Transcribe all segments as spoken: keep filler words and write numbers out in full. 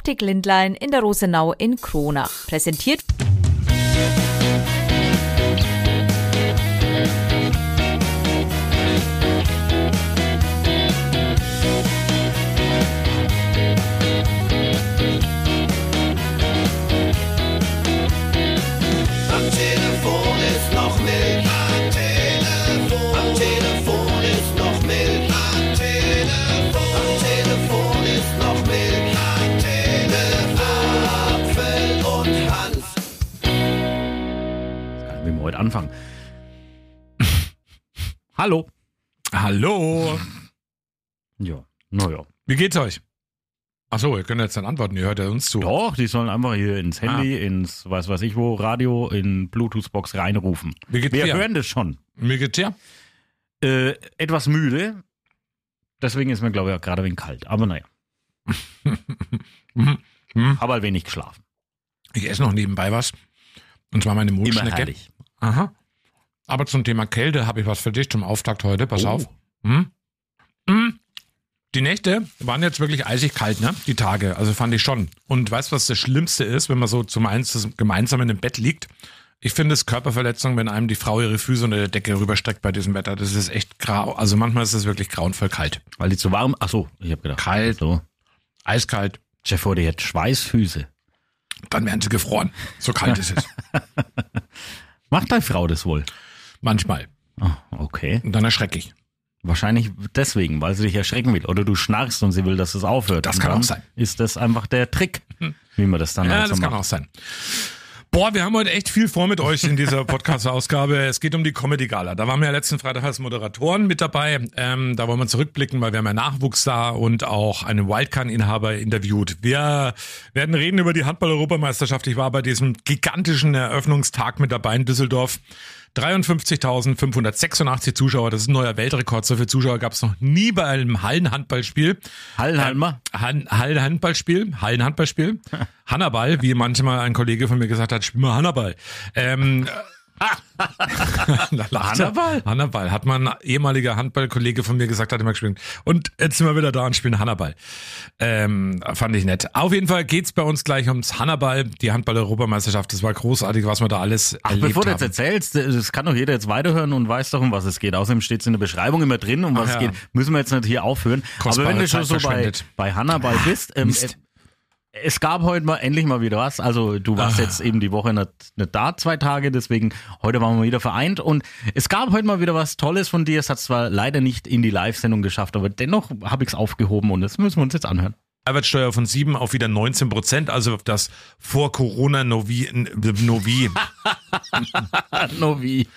Optik Lindlein in der Rosenau in Kronach. Präsentiert anfangen. Hallo. Hallo. Ja, naja. Wie geht's euch? Achso, ihr könnt jetzt dann antworten, ihr hört ja uns zu. Doch, die sollen einfach hier ins Handy, ah. ins weiß weiß ich wo, Radio, in Bluetooth-Box reinrufen. Wie geht's Wir dir? hören das schon. Wie geht's dir? Äh, etwas müde. Deswegen ist mir, glaube ich, auch gerade ein wenig kalt. Aber naja. Habe halt wenig geschlafen. Ich esse noch nebenbei was. Und zwar meine Mutschnecke. Immer herrlich. Aha. Aber zum Thema Kälte habe ich was für dich zum Auftakt heute. Pass oh. auf. Hm? Hm? Die Nächte waren jetzt wirklich eisig kalt, ne? Die Tage. Also fand ich schon. Und weißt du, was das Schlimmste ist, wenn man so zum eins gemeinsam in dem Bett liegt? Ich finde es Körperverletzung, wenn einem die Frau ihre Füße unter der Decke rüberstreckt bei diesem Wetter. Das ist echt grau. Also manchmal ist es wirklich grauenvoll kalt. Weil die zu warm. Ach so, ich habe gedacht. Kalt. So. Eiskalt. Chef, vor dir jetzt Schweißfüße. Dann werden sie gefroren. So kalt ist es. Macht deine Frau das wohl? Manchmal. Oh, okay. Und dann erschrecke ich. Wahrscheinlich deswegen, weil sie dich erschrecken will. Oder du schnarchst und sie will, dass es aufhört. Das und kann dann auch sein. Ist das einfach der Trick, wie man das dann Ja, halt so das kann macht. auch sein. Boah, wir haben heute echt viel vor mit euch in dieser Podcast-Ausgabe. Es geht um die Comedy-Gala. Da waren wir ja letzten Freitag als Moderatoren mit dabei. Ähm, da wollen wir zurückblicken, weil wir haben ja Nachwuchs da und auch einen Wildcard-Inhaber interviewt. Wir werden reden über die Handball-Europameisterschaft. Ich war bei diesem gigantischen Eröffnungstag mit dabei in Düsseldorf. dreiundfünfzigtausendfünfhundertsechsundachtzig Zuschauer, das ist ein neuer Weltrekord. So viele Zuschauer gab es noch nie bei einem Hallenhandballspiel. Hallenhalmer? Ähm, Hallenhandballspiel, Hallenhandballspiel. Hannaball, wie manchmal ein Kollege von mir gesagt hat, spiel mal Hannaball. Ähm, Hannaball? Hannaball, hat mein ehemaliger Handballkollege von mir gesagt, hat immer gespielt. Und jetzt sind wir wieder da und spielen Hannaball. Ähm, fand ich nett. Auf jeden Fall geht's bei uns gleich ums Hannaball, die Handball-Europameisterschaft. Das war großartig, was wir da alles Ach, erlebt bevor du haben. jetzt erzählst, das kann doch jeder jetzt weiterhören und weiß doch, um was es geht. Außerdem steht es in der Beschreibung immer drin, um was Ach es ja. geht. Müssen wir jetzt nicht hier aufhören. Kostbare Aber wenn du schon Zeit so bei, verschwendet. bei Hannaball bist, ähm, Mist. es gab heute mal endlich mal wieder was. Also du warst Ah. jetzt eben die Woche nicht, nicht da, zwei Tage, deswegen heute waren wir wieder vereint. Und es gab heute mal wieder was Tolles von dir. Es hat zwar leider nicht in die Live-Sendung geschafft, aber dennoch habe ich es aufgehoben und das müssen wir uns jetzt anhören. Mehrwertsteuer von sieben auf wieder neunzehn Prozent, also auf das vor Corona Novi. Novi. Novi.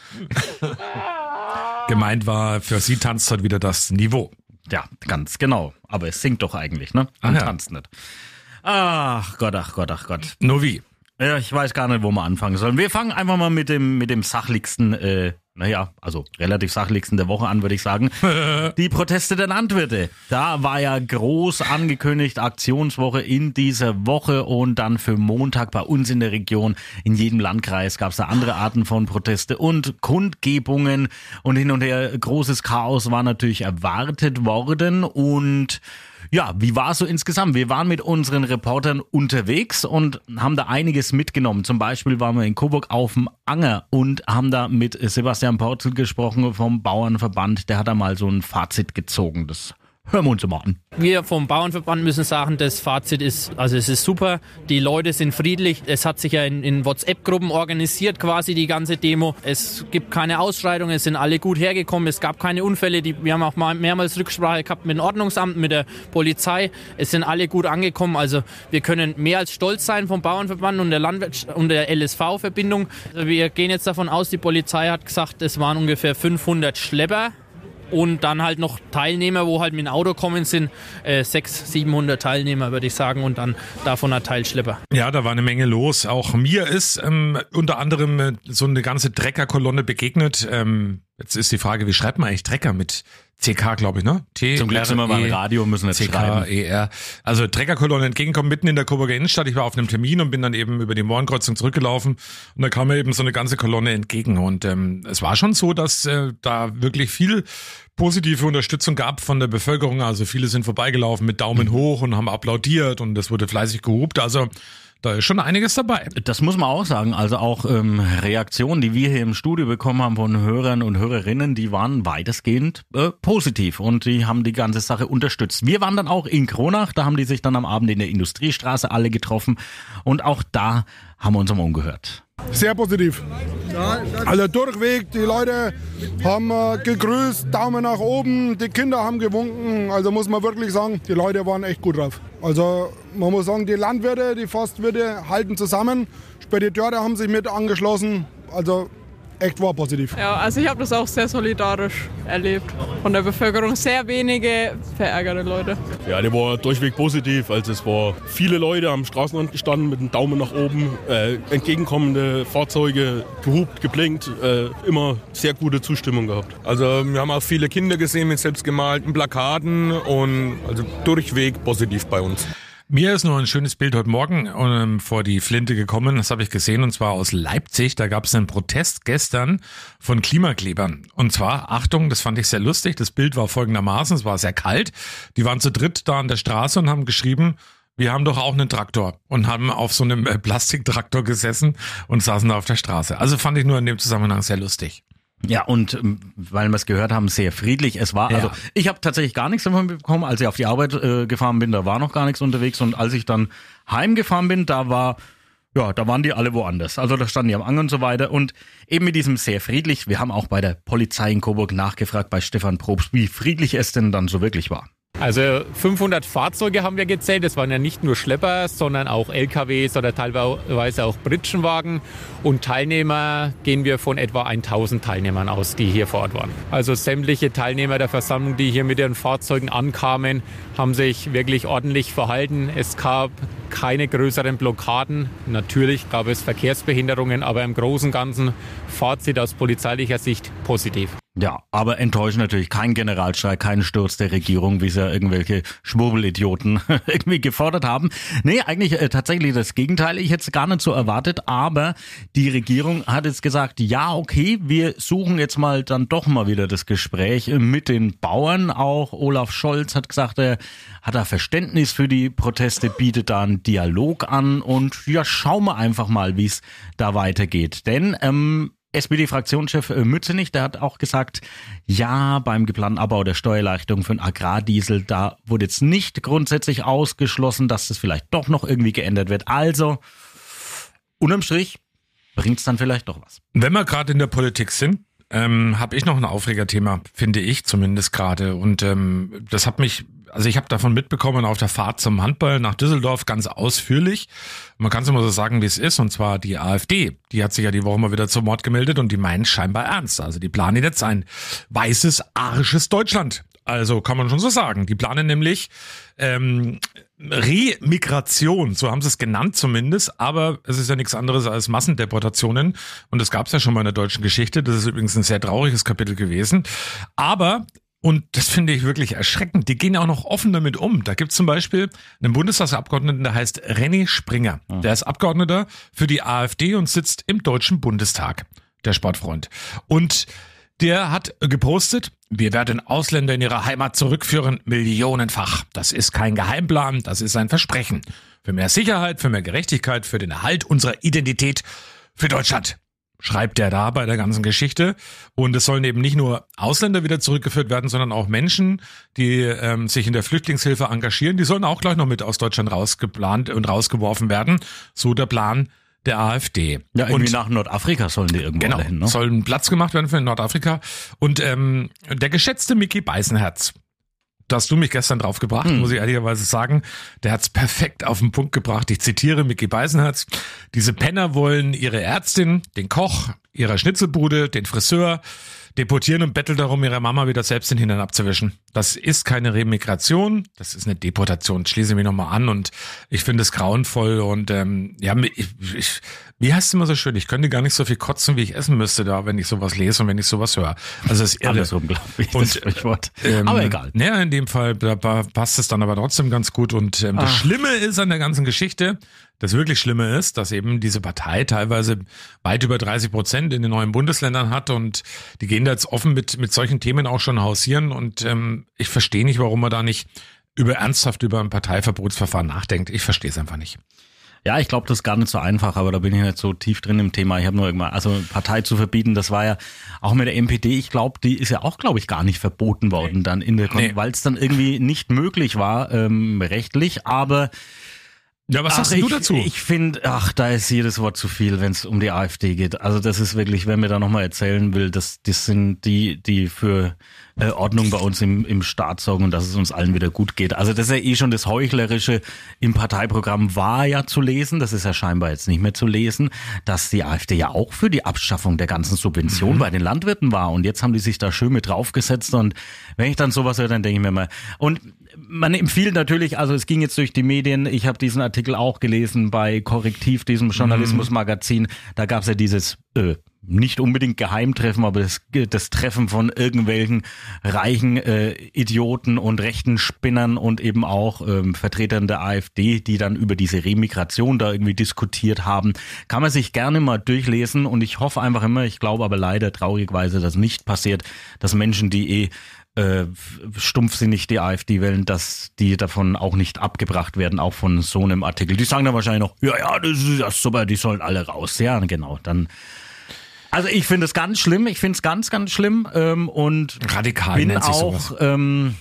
Gemeint war, für sie tanzt halt wieder das Niveau. Ja, ganz genau. Aber es singt doch eigentlich, ne? Und Ach ja. tanzt nicht. Ach Gott, ach Gott, ach Gott. Novi. Ja, ich weiß gar nicht, wo wir anfangen sollen. Wir fangen einfach mal mit dem mit dem sachlichsten, äh, naja, also relativ sachlichsten der Woche an, würde ich sagen. Die Proteste der Landwirte. Da war ja groß angekündigt, Aktionswoche in dieser Woche und dann für Montag bei uns in der Region, in jedem Landkreis gab es da andere Arten von Proteste und Kundgebungen und hin und her. Großes Chaos war natürlich erwartet worden und ja, wie war es so insgesamt? Wir waren mit unseren Reportern unterwegs und haben da einiges mitgenommen. Zum Beispiel waren wir in Coburg auf dem Anger und haben da mit Sebastian Porzel gesprochen vom Bauernverband. Der hat da mal so ein Fazit gezogen. Das hören wir uns mal an. Wir vom Bauernverband müssen sagen, das Fazit ist, also es ist super, die Leute sind friedlich, es hat sich ja in, in WhatsApp-Gruppen organisiert quasi die ganze Demo, es gibt keine Ausschreitungen, es sind alle gut hergekommen, es gab keine Unfälle, die, wir haben auch mal mehrmals Rücksprache gehabt mit dem Ordnungsamt, mit der Polizei, es sind alle gut angekommen, also wir können mehr als stolz sein vom Bauernverband und der Landwirts- und der L S V-Verbindung. Also wir gehen jetzt davon aus, die Polizei hat gesagt, es waren ungefähr fünfhundert Schlepper. Und dann halt noch Teilnehmer, wo halt mit dem Auto kommen sind, äh, sechshundert, siebenhundert Teilnehmer, würde ich sagen, und dann davon ein Teil Schlepper. Ja, da war eine Menge los. Auch mir ist ähm, unter anderem äh, so eine ganze Treckerkolonne begegnet. Ähm, jetzt ist die Frage, wie schreibt man eigentlich Trecker mit C K, glaube ich, ne? T Zum Glück sind wir beim Radio, müssen jetzt C K schreiben. E R. Also Treckerkolonne entgegenkommen mitten in der Coburger Innenstadt. Ich war auf einem Termin und bin dann eben über die Mohrenkreuzung zurückgelaufen und da kam mir eben so eine ganze Kolonne entgegen und ähm, es war schon so, dass äh, da wirklich viel positive Unterstützung gab von der Bevölkerung. Also viele sind vorbeigelaufen mit Daumen hoch und haben applaudiert und es wurde fleißig gehupt. Also da ist schon einiges dabei. Das muss man auch sagen. Also auch ähm, Reaktionen, die wir hier im Studio bekommen haben von Hörern und Hörerinnen, die waren weitestgehend äh, positiv und die haben die ganze Sache unterstützt. Wir waren dann auch in Kronach, da haben die sich dann am Abend in der Industriestraße alle getroffen und auch da haben wir uns mal umgehört. Sehr positiv. Also durchweg, die Leute haben äh, gegrüßt, Daumen nach oben, die Kinder haben gewunken. Also muss man wirklich sagen, die Leute waren echt gut drauf. Also man muss sagen, die Landwirte, die Forstwirte halten zusammen. Spediteure haben sich mit angeschlossen. Also echt war positiv. Ja, also ich habe das auch sehr solidarisch erlebt. Von der Bevölkerung sehr wenige verärgerte Leute. Ja, der war durchweg positiv. Also es war viele Leute am Straßenrand gestanden mit dem Daumen nach oben, äh, entgegenkommende Fahrzeuge gehupt, geblinkt, äh, immer sehr gute Zustimmung gehabt. Also wir haben auch viele Kinder gesehen mit selbstgemalten Plakaten und also durchweg positiv bei uns. Mir ist nur ein schönes Bild heute Morgen ähm, vor die Flinte gekommen, das habe ich gesehen, und zwar aus Leipzig. Da gab es einen Protest gestern von Klimaklebern. Und zwar, Achtung, das fand ich sehr lustig, das Bild war folgendermaßen, es war sehr kalt. Die waren zu dritt da an der Straße und haben geschrieben, wir haben doch auch einen Traktor, und haben auf so einem äh, Plastiktraktor gesessen und saßen da auf der Straße. Also fand ich nur in dem Zusammenhang sehr lustig. Ja, und weil wir es gehört haben, sehr friedlich. Es war, ja. also ich habe tatsächlich gar nichts davon bekommen. Als ich auf die Arbeit äh, gefahren bin, da war noch gar nichts unterwegs. Und als ich dann heimgefahren bin, da war, ja, da waren die alle woanders. Also da standen die am Angeln und so weiter. Und eben mit diesem sehr friedlich, wir haben auch bei der Polizei in Coburg nachgefragt, bei Stefan Probst, wie friedlich es denn dann so wirklich war. Also fünfhundert Fahrzeuge haben wir gezählt. Das waren ja nicht nur Schlepper, sondern auch L K Ws oder teilweise auch Pritschenwagen. Und Teilnehmer gehen wir von etwa tausend Teilnehmern aus, die hier vor Ort waren. Also sämtliche Teilnehmer der Versammlung, die hier mit ihren Fahrzeugen ankamen, haben sich wirklich ordentlich verhalten. Es gab keine größeren Blockaden. Natürlich gab es Verkehrsbehinderungen, aber im Großen und Ganzen Fazit aus polizeilicher Sicht positiv. Ja, aber enttäuschend natürlich, kein Generalstreik, kein Sturz der Regierung, wie es ja irgendwelche Schwurbelidioten irgendwie gefordert haben. Nee, eigentlich äh, tatsächlich das Gegenteil. Ich hätte es gar nicht so erwartet, aber die Regierung hat jetzt gesagt, ja, okay, wir suchen jetzt mal dann doch mal wieder das Gespräch mit den Bauern. Auch Olaf Scholz hat gesagt, er hat da Verständnis für die Proteste, bietet da einen Dialog an und ja, schauen wir einfach mal, wie es da weitergeht. Denn ähm, S P D-Fraktionschef Mützenich, der hat auch gesagt, ja, beim geplanten Abbau der Steuererleichterung für den Agrardiesel, da wurde jetzt nicht grundsätzlich ausgeschlossen, dass das vielleicht doch noch irgendwie geändert wird. Also, unterm Strich bringt's dann vielleicht doch was. Wenn wir gerade in der Politik sind, ähm, habe ich noch ein Aufregerthema, finde ich zumindest gerade. Und ähm, das hat mich... Also ich habe davon mitbekommen auf der Fahrt zum Handball nach Düsseldorf ganz ausführlich. Man kann es immer so sagen, wie es ist. Und zwar die AfD. Die hat sich ja die Woche mal wieder zum Wort gemeldet und die meinen scheinbar ernst. Also die planen jetzt ein weißes, arisches Deutschland. Also kann man schon so sagen. Die planen nämlich ähm, Remigration, so haben sie es genannt zumindest. Aber es ist ja nichts anderes als Massendeportationen. Und das gab es ja schon mal in der deutschen Geschichte. Das ist übrigens ein sehr trauriges Kapitel gewesen. Aber... Und das finde ich wirklich erschreckend. Die gehen ja auch noch offen damit um. Da gibt es zum Beispiel einen Bundestagsabgeordneten, der heißt René Springer. Der ist Abgeordneter für die AfD und sitzt im Deutschen Bundestag, der Sportfreund. Und der hat gepostet, wir werden Ausländer in ihre Heimat zurückführen, millionenfach. Das ist kein Geheimplan, das ist ein Versprechen. Für mehr Sicherheit, für mehr Gerechtigkeit, für den Erhalt unserer Identität, für Deutschland. Schreibt er da bei der ganzen Geschichte. Und es sollen eben nicht nur Ausländer wieder zurückgeführt werden, sondern auch Menschen, die ähm, sich in der Flüchtlingshilfe engagieren. Die sollen auch gleich noch mit aus Deutschland rausgeplant und rausgeworfen werden. So der Plan der AfD. Ja, irgendwie und nach Nordafrika sollen die irgendwo genau, dahin, ne? Soll ein Platz gemacht werden für Nordafrika. Und ähm, der geschätzte Micky Beisenherz, da hast du mich gestern drauf gebracht, hm. muss ich ehrlicherweise sagen. Der hat's perfekt auf den Punkt gebracht. Ich zitiere Micky Beisenherz. Diese Penner wollen ihre Ärztin, den Koch, ihre Schnitzelbude, den Friseur deportieren und betteln darum, ihrer Mama wieder selbst den Hintern abzuwischen. Das ist keine Remigration, das ist eine Deportation. Schließe mich nochmal an und ich finde es grauenvoll und ähm, ja, ich, ich, wie heißt es immer so schön, ich könnte gar nicht so viel kotzen, wie ich essen müsste da, wenn ich sowas lese und wenn ich sowas höre. Also es ist irre. Andersrum, glaube ich, das und, Sprichwort. Ähm, aber egal. Naja, in dem Fall da passt es dann aber trotzdem ganz gut und ähm, das Schlimme ist an der ganzen Geschichte, das wirklich Schlimme ist, dass eben diese Partei teilweise weit über dreißig Prozent in den neuen Bundesländern hat und die gehen da jetzt offen mit mit solchen Themen auch schon hausieren und ähm, ich verstehe nicht, warum man da nicht über ernsthaft über ein Parteiverbotsverfahren nachdenkt. Ich verstehe es einfach nicht. Ja, ich glaube, das ist gar nicht so einfach, aber da bin ich nicht so tief drin im Thema. Ich habe nur irgendwann, also Partei zu verbieten, das war ja auch mit der M P D, ich glaube, die ist ja auch, glaube ich, gar nicht verboten worden dann in der, nee. weil es dann irgendwie nicht möglich war, ähm, rechtlich, aber ja, was ach, sagst ich, du dazu? Ich finde, ach, da ist jedes Wort zu viel, wenn es um die AfD geht. Also das ist wirklich, wer mir da nochmal erzählen will, das, das sind die, die für äh, Ordnung bei uns im, im Staat sorgen und dass es uns allen wieder gut geht. Also das ist ja eh schon das Heuchlerische im Parteiprogramm war ja zu lesen, das ist ja scheinbar jetzt nicht mehr zu lesen, dass die AfD ja auch für die Abschaffung der ganzen Subventionen mhm. bei den Landwirten war und jetzt haben die sich da schön mit draufgesetzt und wenn ich dann sowas höre, dann denke ich mir mal, und man empfiehlt natürlich, also es ging jetzt durch die Medien, ich habe diesen Artikel auch gelesen bei Korrektiv, diesem Journalismusmagazin, da gab es ja dieses äh, nicht unbedingt Geheimtreffen, aber das, das Treffen von irgendwelchen reichen äh, Idioten und rechten Spinnern und eben auch ähm, Vertretern der AfD, die dann über diese Remigration da irgendwie diskutiert haben. Kann man sich gerne mal durchlesen und ich hoffe einfach immer, ich glaube aber leider traurigweise, dass nicht passiert, dass Menschen, die eh äh, stumpfsinnig die AfD wählen, dass die davon auch nicht abgebracht werden, auch von so einem Artikel. Die sagen dann wahrscheinlich noch, ja, ja, das ist ja super, die sollen alle raus. Ja, genau, dann also ich finde es ganz schlimm, ich finde es ganz, ganz schlimm ähm, und radikal bin nennt sich auch, sowas. Ähm,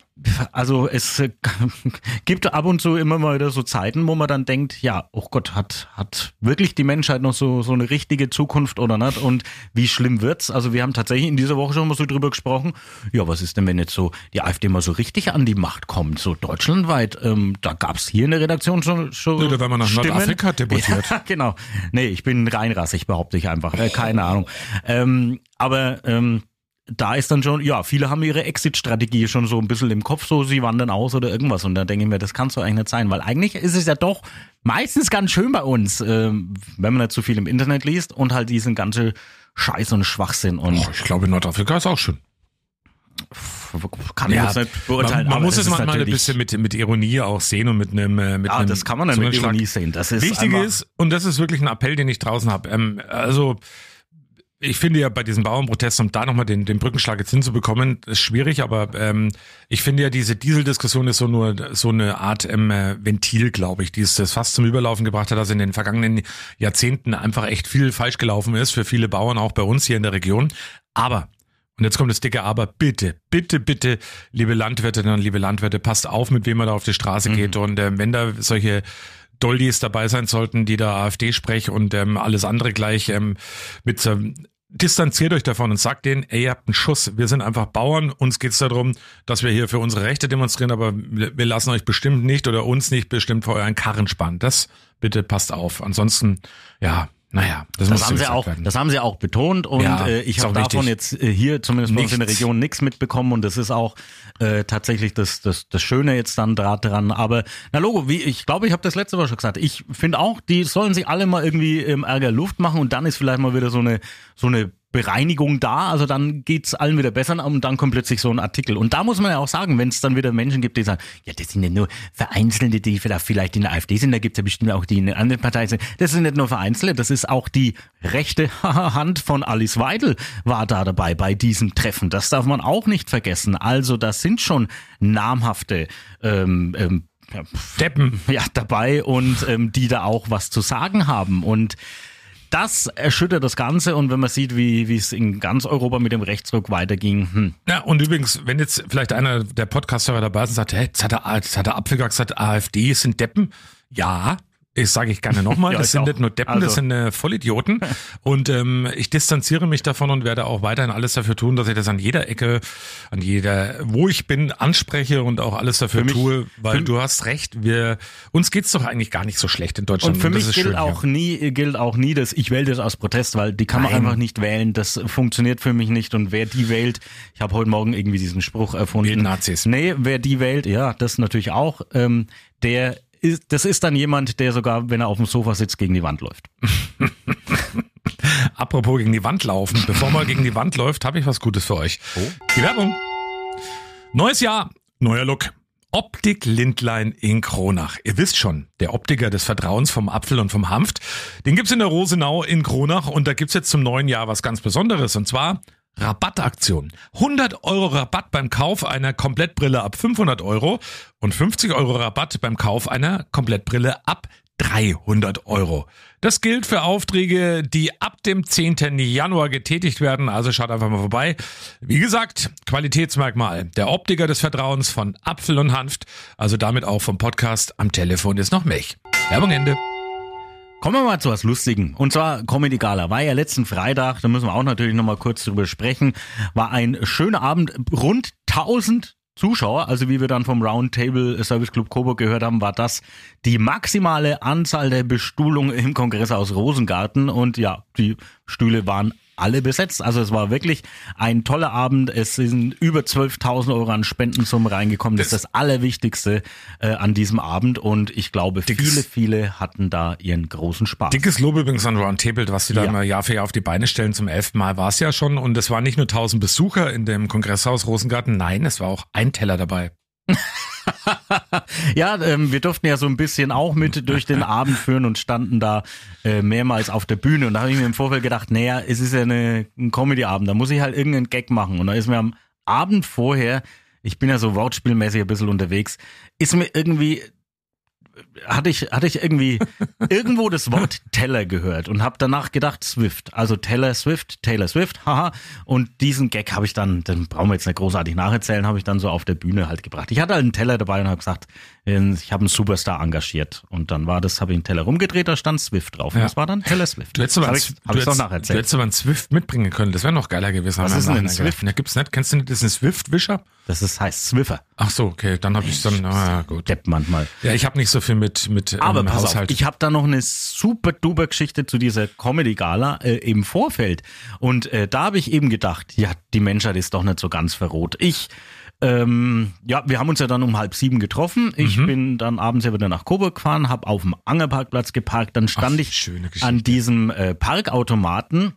also es äh, gibt ab und zu immer mal wieder so Zeiten, wo man dann denkt, ja, oh Gott, hat hat wirklich die Menschheit noch so so eine richtige Zukunft oder nicht? Und wie schlimm wird's? Also wir haben tatsächlich in dieser Woche schon mal so drüber gesprochen. Ja, was ist denn, wenn jetzt so die AfD mal so richtig an die Macht kommt, so deutschlandweit? Ähm, da gab's hier in der Redaktion schon schon ja, da werden wir nach Stimmen. Nordafrika deportiert. Ja, genau. Nee, ich bin reinrassig, behaupte ich einfach. Äh, keine Ahnung. Ähm, aber ähm, da ist dann schon, ja, viele haben ihre Exit-Strategie schon so ein bisschen im Kopf, so sie wandern aus oder irgendwas. Und da denke ich mir, das kann es doch eigentlich nicht sein, weil eigentlich ist es ja doch meistens ganz schön bei uns, ähm, wenn man nicht zu viel im Internet liest und halt diesen ganzen Scheiß und Schwachsinn. Und oh, ich glaube, Nordafrika ist auch schön. Kann ich ja, jetzt nicht beurteilen. Man, man muss es manchmal ein natürlich bisschen mit, mit Ironie auch sehen und mit einem mit Ja, einem das kann man dann mit Ironie sehen. Das ist wichtig ist, und das ist wirklich ein Appell, den ich draußen habe, ähm, also ich finde ja bei diesem Bauernprotest, um da nochmal den, den Brückenschlag jetzt hinzubekommen, ist schwierig, aber ähm, ich finde ja, diese Dieseldiskussion ist so nur so eine Art ähm, Ventil, glaube ich, die es das fast zum Überlaufen gebracht hat, dass in den vergangenen Jahrzehnten einfach echt viel falsch gelaufen ist für viele Bauern, auch bei uns hier in der Region. Aber, und jetzt kommt das dicke Aber, bitte, bitte, bitte, liebe Landwirtinnen und liebe Landwirte, passt auf, mit wem man da auf die Straße mhm. geht und ähm, wenn da solche Doldis dabei sein sollten, die der AfD sprechen und ähm, alles andere gleich ähm, mit ähm, distanziert euch davon und sagt denen, ey, ihr habt einen Schuss, wir sind einfach Bauern, uns geht's darum, dass wir hier für unsere Rechte demonstrieren, aber wir lassen euch bestimmt nicht oder uns nicht bestimmt vor euren Karren spannen. Das bitte passt auf. Ansonsten, ja, naja, das, das muss haben sie auch, werden. das haben sie auch betont und ja, äh, ich habe davon wichtig. jetzt äh, hier zumindest bei uns in der Nichts. Region nichts mitbekommen und das ist auch äh, tatsächlich das das das Schöne jetzt dann dran. Aber na Logo, wie ich glaube, ich habe das letzte Mal schon gesagt. Ich finde auch, die sollen sich alle mal irgendwie im Ärger Luft machen und dann ist vielleicht mal wieder so eine so eine Bereinigung da, also dann geht's allen wieder besser und dann kommt plötzlich so ein Artikel. Und da muss man ja auch sagen, wenn es dann wieder Menschen gibt, die sagen, ja, das sind ja nur Vereinzelte, die vielleicht in der AfD sind, da gibt's ja bestimmt auch die in den anderen Parteien sind. Das sind nicht nur Vereinzelte, das ist auch die rechte Hand von Alice Weidel war da dabei bei diesem Treffen. Das darf man auch nicht vergessen. Also das sind schon namhafte ähm, ähm, Deppen ja, dabei und ähm, die da auch was zu sagen haben. Und das erschüttert das Ganze und wenn man sieht, wie wie es in ganz Europa mit dem Rechtsruck weiterging. Hm. Ja, und übrigens, wenn jetzt vielleicht einer der Podcast-Hörer dabei ist und sagt, hey, jetzt hat der, jetzt hat der Apfelgag gesagt, AfD sind Deppen. Ja, das sage ich gerne nochmal, ja, das sind auch. nicht nur Deppen, also. das sind äh, Vollidioten und ähm, ich distanziere mich davon und werde auch weiterhin alles dafür tun, dass ich das an jeder Ecke, an jeder, wo ich bin, anspreche und auch alles dafür mich, tue, weil für, du hast recht, wir uns geht's doch eigentlich gar nicht so schlecht in Deutschland. Und für und das mich ist gilt schön, auch ja. nie, gilt auch nie, dass ich wähle das aus Protest, weil die kann man Nein. einfach nicht wählen, das funktioniert für mich nicht und wer die wählt, ich habe heute Morgen irgendwie diesen Spruch erfunden. Wählt Nazis. Nee, wer die wählt, ja, das natürlich auch, ähm, der ist, das ist dann jemand, der sogar, wenn er auf dem Sofa sitzt, gegen die Wand läuft. Apropos gegen die Wand laufen, bevor man gegen die Wand läuft, habe ich was Gutes für euch. Oh. Die Werbung. Neues Jahr, neuer Look. Optik Lindlein in Kronach. Ihr wisst schon, der Optiker des Vertrauens vom Apfel und vom Hanft, den gibt's in der Rosenau in Kronach und da gibt's jetzt zum neuen Jahr was ganz Besonderes und zwar Rabattaktion. hundert Euro Rabatt beim Kauf einer Komplettbrille ab fünfhundert Euro und fünfzig Euro Rabatt beim Kauf einer Komplettbrille ab dreihundert Euro. Das gilt für Aufträge, die ab dem zehnten Januar getätigt werden, also schaut einfach mal vorbei. Wie gesagt, Qualitätsmerkmal, der Optiker des Vertrauens von Apfel und Hanft, also damit auch vom Podcast Am Telefon ist noch Mech. Werbung Ende. Kommen wir mal zu was Lustigem. Und zwar Comedy Gala. War ja letzten Freitag, da müssen wir auch natürlich nochmal kurz drüber sprechen, war ein schöner Abend, rund tausend Zuschauer, also wie wir dann vom Roundtable Service Club Coburg gehört haben, war das die maximale Anzahl der Bestuhlungen im Kongresshaus Rosengarten und ja, die Stühle waren alle besetzt. Also es war wirklich ein toller Abend. Es sind über zwölftausend Euro an Spendensummen reingekommen. Das, das ist das Allerwichtigste äh, an diesem Abend und ich glaube, dickes, viele, viele hatten da ihren großen Spaß. Dickes Lob übrigens an Roundtable, was die da ja. immer Jahr für Jahr auf die Beine stellen. Zum elften Mal war es ja schon und es waren nicht nur tausend Besucher in dem Kongresshaus Rosengarten, nein, es war auch ein Teller dabei. Ja, ähm, wir durften ja so ein bisschen auch mit durch den Abend führen und standen da äh, mehrmals auf der Bühne und da habe ich mir im Vorfeld gedacht, naja, es ist ja eine, ein Comedy-Abend, da muss ich halt irgendeinen Gag machen und da ist mir am Abend vorher, ich bin ja so wortspielmäßig ein bisschen unterwegs, ist mir irgendwie hatte ich hatte ich irgendwie irgendwo das Wort Teller gehört und habe danach gedacht Swift, also Taylor Swift, Taylor Swift, haha. Und diesen Gag habe ich dann, den brauchen wir jetzt nicht großartig nacherzählen, habe ich dann so auf der Bühne halt gebracht. Ich hatte halt einen Teller dabei und habe gesagt, ich habe einen Superstar engagiert und dann war das, habe ich einen Teller rumgedreht, da stand Swift drauf. Und ja. Das war dann Taylor Swift. Du hättest aber, hab ich, hab du, hättest, du hättest aber einen Swift mitbringen können, das wäre noch geiler gewesen. Was ist denn ein Swift? Ja, gibt's nicht. Kennst du nicht, das ist ein Swift-Wischer? Das ist, heißt Swiffer. Ach so, okay, dann habe ich dann, ah, gut. Depp manchmal. Ja, ich habe nicht so viel mit mit ähm, Aber pass Haushalt. auf, ich habe da noch eine super duper Geschichte zu dieser Comedy Gala äh, im Vorfeld und äh, da habe ich eben gedacht, ja, die Menschheit ist doch nicht so ganz verroht. Ich ähm, ja, wir haben uns ja dann um halb sieben getroffen. Ich mhm. bin dann abends ja wieder nach Coburg gefahren, habe auf dem Angerparkplatz geparkt, dann stand Ach, ich an diesem äh, Parkautomaten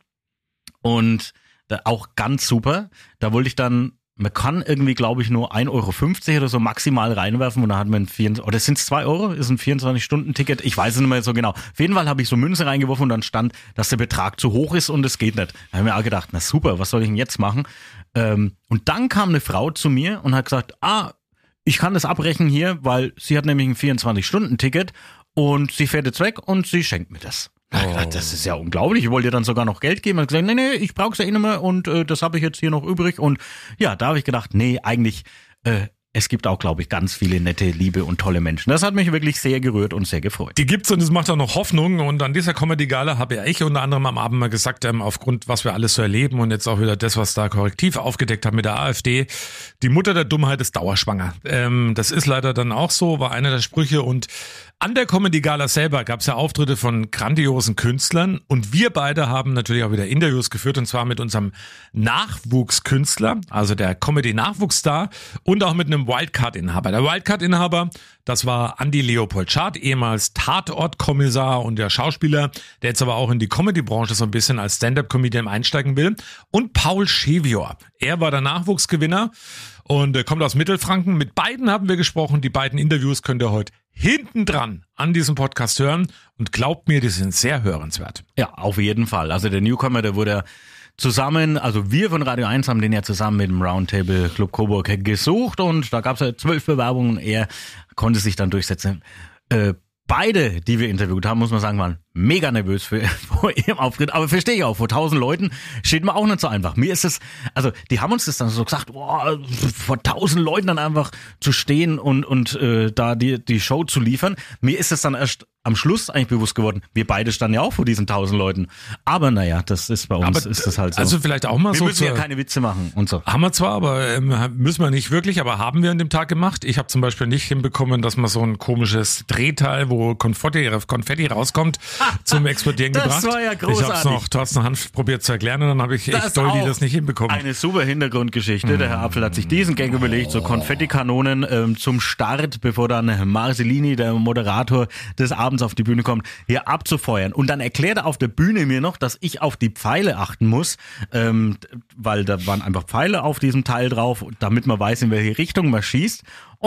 und da auch ganz super, da wollte ich dann, man kann irgendwie, glaube ich, nur ein Euro fünfzig oder so maximal reinwerfen und da hat man ein vierundzwanzig, oder sind es zwei Euro? Ist ein vierundzwanzig-Stunden-Ticket? Ich weiß es nicht mehr so genau. Auf jeden Fall habe ich so Münze reingeworfen und dann stand, dass der Betrag zu hoch ist und es geht nicht. Da habe ich mir auch gedacht, na super, was soll ich denn jetzt machen? Ähm, und dann kam eine Frau zu mir und hat gesagt, ah, ich kann das abbrechen hier, weil sie hat nämlich ein vierundzwanzig-Stunden-Ticket und sie fährt jetzt weg und sie schenkt mir das. Oh. Dachte, das ist ja unglaublich. Ich wollte ihr dann sogar noch Geld geben. Ich habe gesagt, nee, nee, ich brauche es ja eh nicht mehr und äh, das habe ich jetzt hier noch übrig. Und ja, da habe ich gedacht, nee, eigentlich, äh, es gibt auch, glaube ich, ganz viele nette, liebe und tolle Menschen. Das hat mich wirklich sehr gerührt und sehr gefreut. Die gibt's und es macht auch noch Hoffnung. Und an dieser Comedy-Gala habe ja ich unter anderem am Abend mal gesagt, ähm, aufgrund, was wir alles so erleben und jetzt auch wieder das, was da korrektiv aufgedeckt hat mit der AfD, die Mutter der Dummheit ist dauerschwanger. Ähm, das ist leider dann auch so, war einer der Sprüche und an der Comedy Gala selber gab es ja Auftritte von grandiosen Künstlern und wir beide haben natürlich auch wieder Interviews geführt und zwar mit unserem Nachwuchskünstler, also der Comedy-Nachwuchsstar und auch mit einem Wildcard-Inhaber. Der Wildcard-Inhaber, das war Andi Leopold Schad, ehemals Tatort-Kommissar und der Schauspieler, der jetzt aber auch in die Comedy-Branche so ein bisschen als Stand-Up-Comedian einsteigen will. Und Paul Schevior, er war der Nachwuchsgewinner und äh, kommt aus Mittelfranken. Mit beiden haben wir gesprochen. Die beiden Interviews könnt ihr heute hinten dran an diesem Podcast hören und glaubt mir, die sind sehr hörenswert. Ja, auf jeden Fall. Also der Newcomer, der wurde zusammen, also wir von Radio eins haben den ja zusammen mit dem Roundtable Club Coburg gesucht und da gab es ja zwölf Bewerbungen und er konnte sich dann durchsetzen. Äh, beide, die wir interviewt haben, muss man sagen, waren mega nervös für, vor ihrem Auftritt, aber verstehe ich auch, vor tausend Leuten steht man auch nicht so einfach. Mir ist es, also die haben uns das dann so gesagt, boah, vor tausend Leuten dann einfach zu stehen und und äh, da die die Show zu liefern. Mir ist es dann erst am Schluss eigentlich bewusst geworden, wir beide standen ja auch vor diesen tausend Leuten. Aber naja, das ist bei uns, aber, ist das halt so. Also vielleicht auch mal wir so. Wir müssen ja keine Witze machen und so. Haben wir zwar, aber ähm, müssen wir nicht wirklich, aber haben wir an dem Tag gemacht. Ich habe zum Beispiel nicht hinbekommen, dass man so ein komisches Drehteil, wo Konfetti, Konfetti rauskommt, zum Explodieren das gebracht. Das war ja großartig. Ich hab's noch Thorsten Hanf probiert zu erklären und dann habe ich echt das Dolly das nicht hinbekommen. Eine super Hintergrundgeschichte. Der Herr Apfel hat sich diesen Gag überlegt, so Konfettikanonen ähm, zum Start, bevor dann Marcelini, der Moderator des Abends, auf die Bühne kommt, hier abzufeuern. Und dann erklärt er auf der Bühne mir noch, dass ich auf die Pfeile achten muss, ähm, weil da waren einfach Pfeile auf diesem Teil drauf, damit man weiß, in welche Richtung man schießt. Und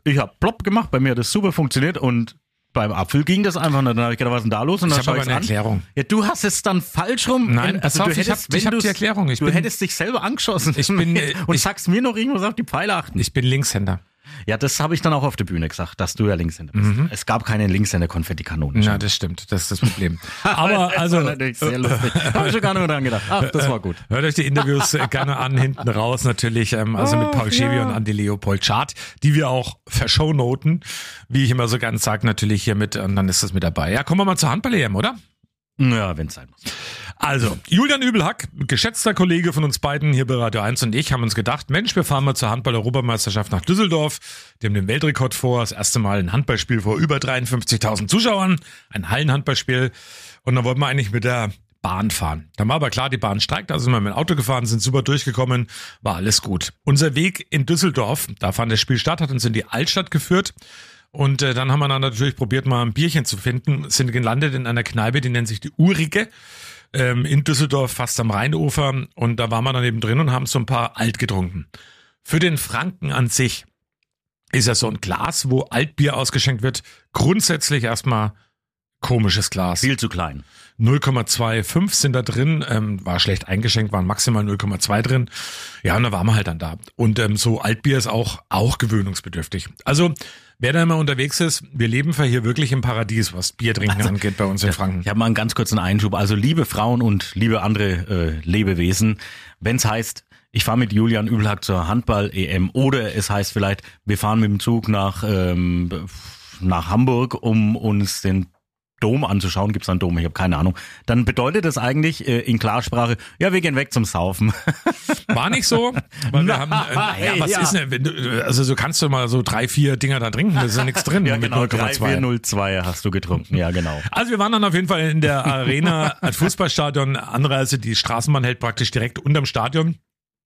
ich habe plopp gemacht, bei mir hat das super funktioniert und beim Apfel ging das einfach nicht. Dann habe ich gedacht, was ist denn da los? Und dann ich habe aber eine an. Erklärung. Ja, du hast es dann falsch rum. Nein, also pass auf, du ich hättest, habe hab wenn die Erklärung. Ich du bin, hättest dich selber angeschossen. Ich bin, und ich, sagst mir noch, ich muss auf die Pfeile achten. Ich bin Linkshänder. Ja, das habe ich dann auch auf der Bühne gesagt, dass du ja Linkshänder bist. Mhm. Es gab keine Linkshänder-Konfettikanonen. Ja, das stimmt. Das ist das Problem. Aber das also, war natürlich sehr lustig. Habe ich schon gar nicht mehr dran gedacht. Ach, das war gut. Hört euch die Interviews gerne an, hinten raus natürlich. Ähm, also mit Paul Schewi und Andi Leopold Schad, die wir auch verschownoten, wie ich immer so ganz sage, natürlich hier mit, und dann ist das mit dabei. Ja, kommen wir mal zur Handball-E M, oder? Ja, wenn es sein muss. Also, Julian Übelhack, geschätzter Kollege von uns beiden hier bei Radio eins und ich, haben uns gedacht, Mensch, wir fahren mal zur Handball-Europameisterschaft nach Düsseldorf. Die haben den Weltrekord vor, das erste Mal ein Handballspiel vor über dreiundfünfzigtausend Zuschauern, ein Hallenhandballspiel. Und dann wollten wir eigentlich mit der Bahn fahren. Dann war aber klar, die Bahn streikt, also sind wir mit dem Auto gefahren, sind super durchgekommen, war alles gut. Unser Weg in Düsseldorf, da fand das Spiel statt, hat uns in die Altstadt geführt. Und äh, dann haben wir dann natürlich probiert, mal ein Bierchen zu finden, sind gelandet in einer Kneipe, die nennt sich die Urige, ähm, in Düsseldorf, fast am Rheinufer. Und da waren wir dann eben drin und haben so ein paar Alt getrunken. Für den Franken an sich ist ja so ein Glas, wo Altbier ausgeschenkt wird, grundsätzlich erstmal komisches Glas. Viel zu klein. null Komma fünfundzwanzig sind da drin, ähm, war schlecht eingeschenkt, waren maximal null Komma zwei drin. Ja, und da waren wir halt dann da. Und ähm, so Altbier ist auch, auch gewöhnungsbedürftig. Also, wer da immer unterwegs ist, wir leben hier wirklich im Paradies, was Bier trinken also, angeht bei uns in Franken. Ich habe mal einen ganz kurzen Einschub. Also, liebe Frauen und liebe andere äh, Lebewesen, wenn es heißt, ich fahre mit Julian Übelhack zur Handball-E M oder es heißt vielleicht, wir fahren mit dem Zug nach, ähm, nach Hamburg, um uns den Dom anzuschauen, gibt's einen Dom, ich habe keine Ahnung, dann bedeutet das eigentlich äh, in Klarsprache, ja, wir gehen weg zum Saufen. War nicht so, weil wir haben, äh, ja, was ja. ist denn, wenn du, also so kannst du mal so drei, vier Dinger da trinken, da ist ja nichts drin. Ja, genau, drei vier null zwei hast du getrunken, ja, genau. Also wir waren dann auf jeden Fall in der Arena, als Fußballstadion, andere also die Straßenbahn hält praktisch direkt unterm Stadion.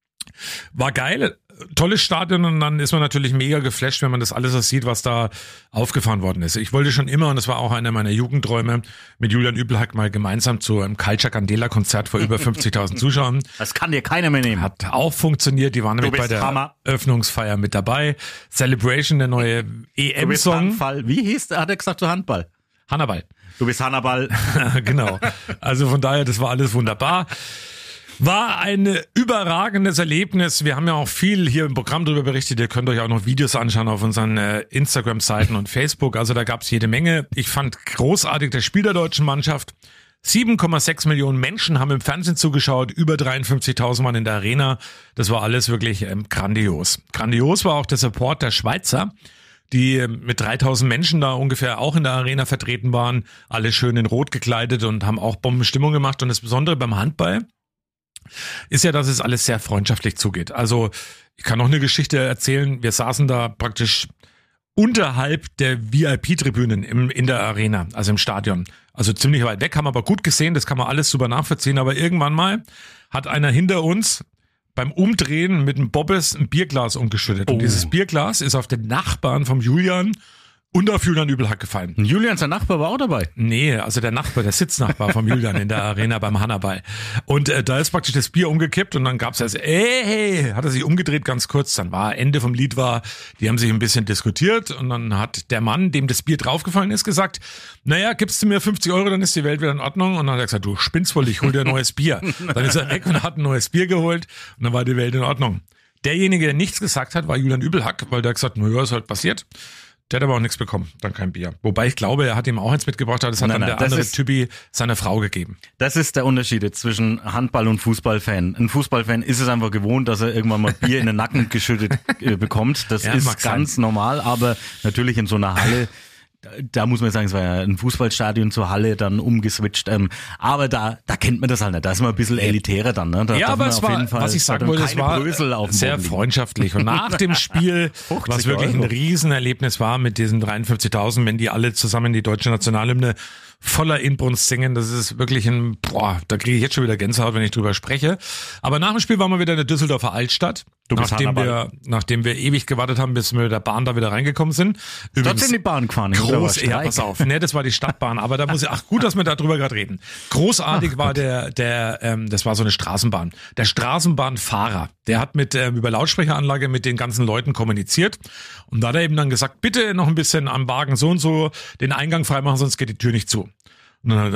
War geil, tolles Stadion und dann ist man natürlich mega geflasht, wenn man das alles so sieht, was da aufgefahren worden ist. Ich wollte schon immer, und das war auch einer meiner Jugendträume, mit Julian Übelhack mal gemeinsam zu einem Culture Candela Konzert vor über fünfzigtausend Zuschauern. Das kann dir keiner mehr nehmen. Hat auch funktioniert, die waren nämlich bei der Hammer. Öffnungsfeier mit dabei. Celebration, der neue E M-Song. Wie hieß der, hat er gesagt, zu Handball? Hannibal. Du bist Hannibal. Genau. Also von daher, das war alles wunderbar. War ein überragendes Erlebnis. Wir haben ja auch viel hier im Programm darüber berichtet. Ihr könnt euch auch noch Videos anschauen auf unseren äh, Instagram-Seiten und Facebook. Also da gab es jede Menge. Ich fand großartig das Spiel der deutschen Mannschaft. sieben Komma sechs Millionen Menschen haben im Fernsehen zugeschaut, über dreiundfünfzigtausend Mann in der Arena. Das war alles wirklich ähm, grandios. Grandios war auch der Support der Schweizer, die mit dreitausend Menschen da ungefähr auch in der Arena vertreten waren. Alle schön in Rot gekleidet und haben auch Bombenstimmung gemacht. Und das Besondere beim Handball ist ja, dass es alles sehr freundschaftlich zugeht. Also ich kann noch eine Geschichte erzählen. Wir saßen da praktisch unterhalb der V I P-Tribünen im, in der Arena, also im Stadion. Also ziemlich weit weg, haben aber gut gesehen, das kann man alles super nachvollziehen. Aber irgendwann mal hat einer hinter uns beim Umdrehen mit einem Bobbes ein Bierglas umgeschüttet. Oh. Und dieses Bierglas ist auf den Nachbarn vom Julian und auf Julian Übelhack gefallen. Und Julian, sein Nachbar, war auch dabei? Nee, also der Nachbar, der Sitznachbar vom Julian in der Arena beim Hannibal. Und äh, da ist praktisch das Bier umgekippt und dann gab's erst, ey, hey, hat er sich umgedreht ganz kurz. Dann war Ende vom Lied war, die haben sich ein bisschen diskutiert und dann hat der Mann, dem das Bier draufgefallen ist, gesagt, naja, gibst du mir fünfzig Euro, dann ist die Welt wieder in Ordnung. Und dann hat er gesagt, du spinnst wohl, ich hol dir ein neues Bier. Dann ist er weg und hat ein neues Bier geholt und dann war die Welt in Ordnung. Derjenige, der nichts gesagt hat, war Julian Übelhack, weil der hat gesagt, naja, ist halt passiert. Der hat aber auch nichts bekommen, dann kein Bier. Wobei ich glaube, er hat ihm auch eins mitgebracht, aber das hat nein, dann nein, der andere ist, Typi seiner Frau gegeben. Das ist der Unterschied zwischen Handball- und Fußballfan. Ein Fußballfan ist es einfach gewohnt, dass er irgendwann mal Bier in den Nacken geschüttet äh, bekommt. Das ja, ist ganz sein. normal, aber natürlich in so einer Halle, da muss man sagen, es war ja ein Fußballstadion zur Halle, dann umgeswitcht. Ähm, aber da da kennt man das halt nicht. Da ist man ein bisschen elitärer dann. Ne? Da ja, aber es war, Fall, was ich sagen wollte, es war sehr freundschaftlich. Und nach dem Spiel, was wirklich Euro. ein Riesenerlebnis war mit diesen dreiundfünfzigtausend, wenn die alle zusammen die deutsche Nationalhymne voller Inbrunst singen. Das ist wirklich ein, boah, da kriege ich jetzt schon wieder Gänsehaut, wenn ich drüber spreche. Aber nach dem Spiel waren wir wieder in der Düsseldorfer Altstadt. Du bist nachdem Hannibal. wir, nachdem wir ewig gewartet haben, bis wir mit der Bahn da wieder reingekommen sind. Übrigens, trotzdem die Bahn gefahren. Groß, ja, pass auf. Ne, das war die Stadtbahn. Aber da muss ich, ach gut, dass wir darüber gerade reden. Großartig ach, war Gott. der, der, ähm, das war so eine Straßenbahn. Der Straßenbahnfahrer, der hat mit ähm, über Lautsprecheranlage mit den ganzen Leuten kommuniziert. Und da hat er eben dann gesagt, bitte noch ein bisschen am Wagen so und so den Eingang freimachen, sonst geht die Tür nicht zu. Und dann,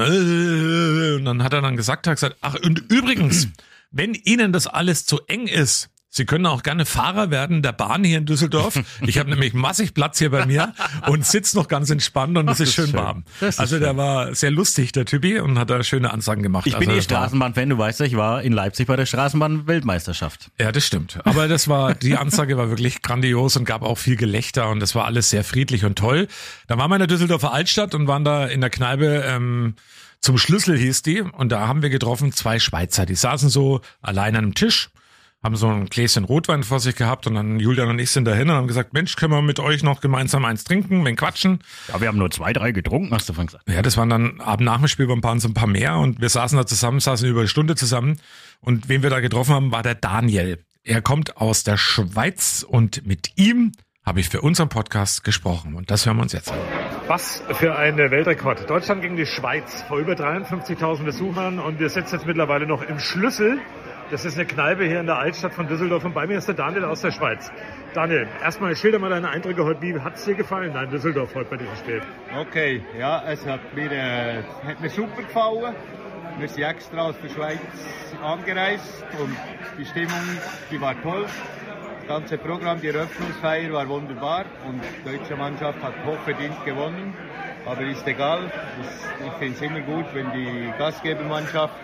äh, und dann hat er dann gesagt, hat gesagt, ach und übrigens, wenn Ihnen das alles zu eng ist, Sie können auch gerne Fahrer werden der Bahn hier in Düsseldorf. Ich habe nämlich massig Platz hier bei mir und sitze noch ganz entspannt und es ist schön warm. Also der war sehr lustig, der Typi, und hat da schöne Ansagen gemacht. Ich bin also eh Straßenbahn-Fan, du weißt ja, ich war in Leipzig bei der Straßenbahn-Weltmeisterschaft. Ja, das stimmt. Aber das war, die Ansage war wirklich grandios und gab auch viel Gelächter und das war alles sehr friedlich und toll. Da waren wir in der Düsseldorfer Altstadt und waren da in der Kneipe, ähm, zum Schlüssel hieß die, und da haben wir getroffen zwei Schweizer, die saßen so allein an einem Tisch, haben so ein Gläschen Rotwein vor sich gehabt und dann Julian und ich sind dahin und haben gesagt, Mensch, können wir mit euch noch gemeinsam eins trinken, wenn quatschen. Ja, wir haben nur zwei, drei getrunken, hast du vorhin gesagt. Ja, das waren dann Abend nach dem Spiel ein paar, so ein paar mehr und wir saßen da zusammen, saßen über eine Stunde zusammen und wen wir da getroffen haben, war der Daniel. Er kommt aus der Schweiz und mit ihm habe ich für unseren Podcast gesprochen und das hören wir uns jetzt an. Was für ein Weltrekord. Deutschland gegen die Schweiz vor über dreiundfünfzigtausend Besuchern und wir sitzen jetzt mittlerweile noch im Schlüssel. Das ist eine Kneipe hier in der Altstadt von Düsseldorf und bei mir ist der Daniel aus der Schweiz. Daniel, erstmal schilder mal deine Eindrücke heute. Wie hat es dir gefallen, in Düsseldorf heute bei diesem Spiel? Okay, ja, es hat mir, äh, hat mir super gefallen. Wir sind extra aus der Schweiz angereist und die Stimmung, die war toll. Das ganze Programm, die Eröffnungsfeier war wunderbar und die deutsche Mannschaft hat hochverdient gewonnen. Aber ist egal, das, ich finde es immer gut, wenn die Gastgebermannschaft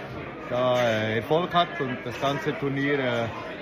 da äh, Erfolg hat und das ganze Turnier äh,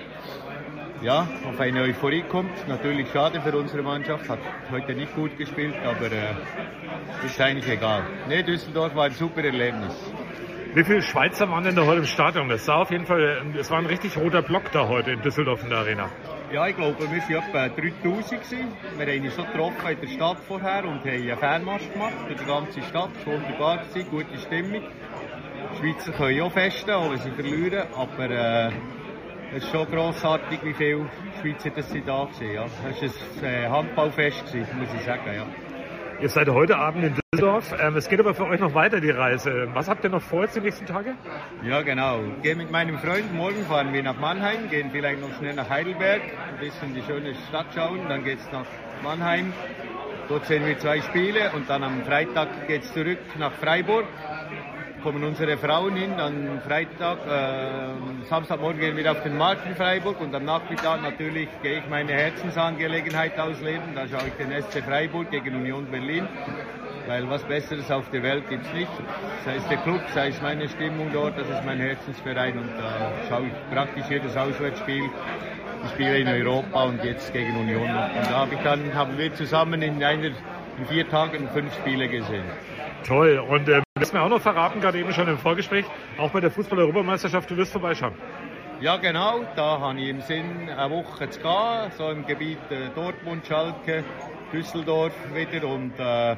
ja, auf eine Euphorie kommt. Natürlich schade für unsere Mannschaft, hat heute nicht gut gespielt, aber äh, ist eigentlich egal. Nee, Düsseldorf war ein super Erlebnis. Wie viele Schweizer waren denn da heute im Stadion? Das sah auf jeden Fall, es war ein richtig roter Block da heute in Düsseldorf in der Arena. Ja, ich glaube, wir waren etwa dreitausend gewesen. Wir haben uns schon getroffen in der Stadt vorher und haben einen Fanmarsch gemacht für die ganze Stadt. Es war wunderbar, gute Stimmung. Die Schweizer können auch festen, auch wenn sie verlieren, aber äh, es ist schon grossartig, wie viele Schweizer das sind da waren. Ja. Es war ein Handballfest, muss ich sagen. Ja. Ihr seid heute Abend in Düsseldorf. Ähm, es geht aber für euch noch weiter, die Reise. Was habt ihr noch vor jetzt die nächsten Tage? Ja, genau. Ich gehe mit meinem Freund. Morgen fahren wir nach Mannheim, gehen vielleicht noch schnell nach Heidelberg, ein bisschen die schöne Stadt schauen. Dann geht es nach Mannheim. Dort sehen wir zwei Spiele und dann am Freitag geht es zurück nach Freiburg. Kommen unsere Frauen hin, dann Freitag, äh, Samstagmorgen gehen wir auf den Markt in Freiburg und am Nachmittag natürlich gehe ich meine Herzensangelegenheit ausleben. Da schaue ich den S C Freiburg gegen Union Berlin, weil was Besseres auf der Welt gibt es nicht. Sei es der Club, sei es meine Stimmung dort, das ist mein Herzensverein und da äh, schaue ich praktisch jedes Auswärtsspiel. Ich spiele in Europa und jetzt gegen Union. Und da habe ich dann, haben wir zusammen in, einer, in vier Tagen fünf Spiele gesehen. Toll. Und äh, du hast mir auch noch verraten, gerade eben schon im Vorgespräch, auch bei der Fußball-Europameisterschaft, du wirst vorbeischauen. Ja, genau. Da habe ich im Sinn, eine Woche zu gehen, so im Gebiet äh, Dortmund, Schalke, Düsseldorf wieder. Und äh,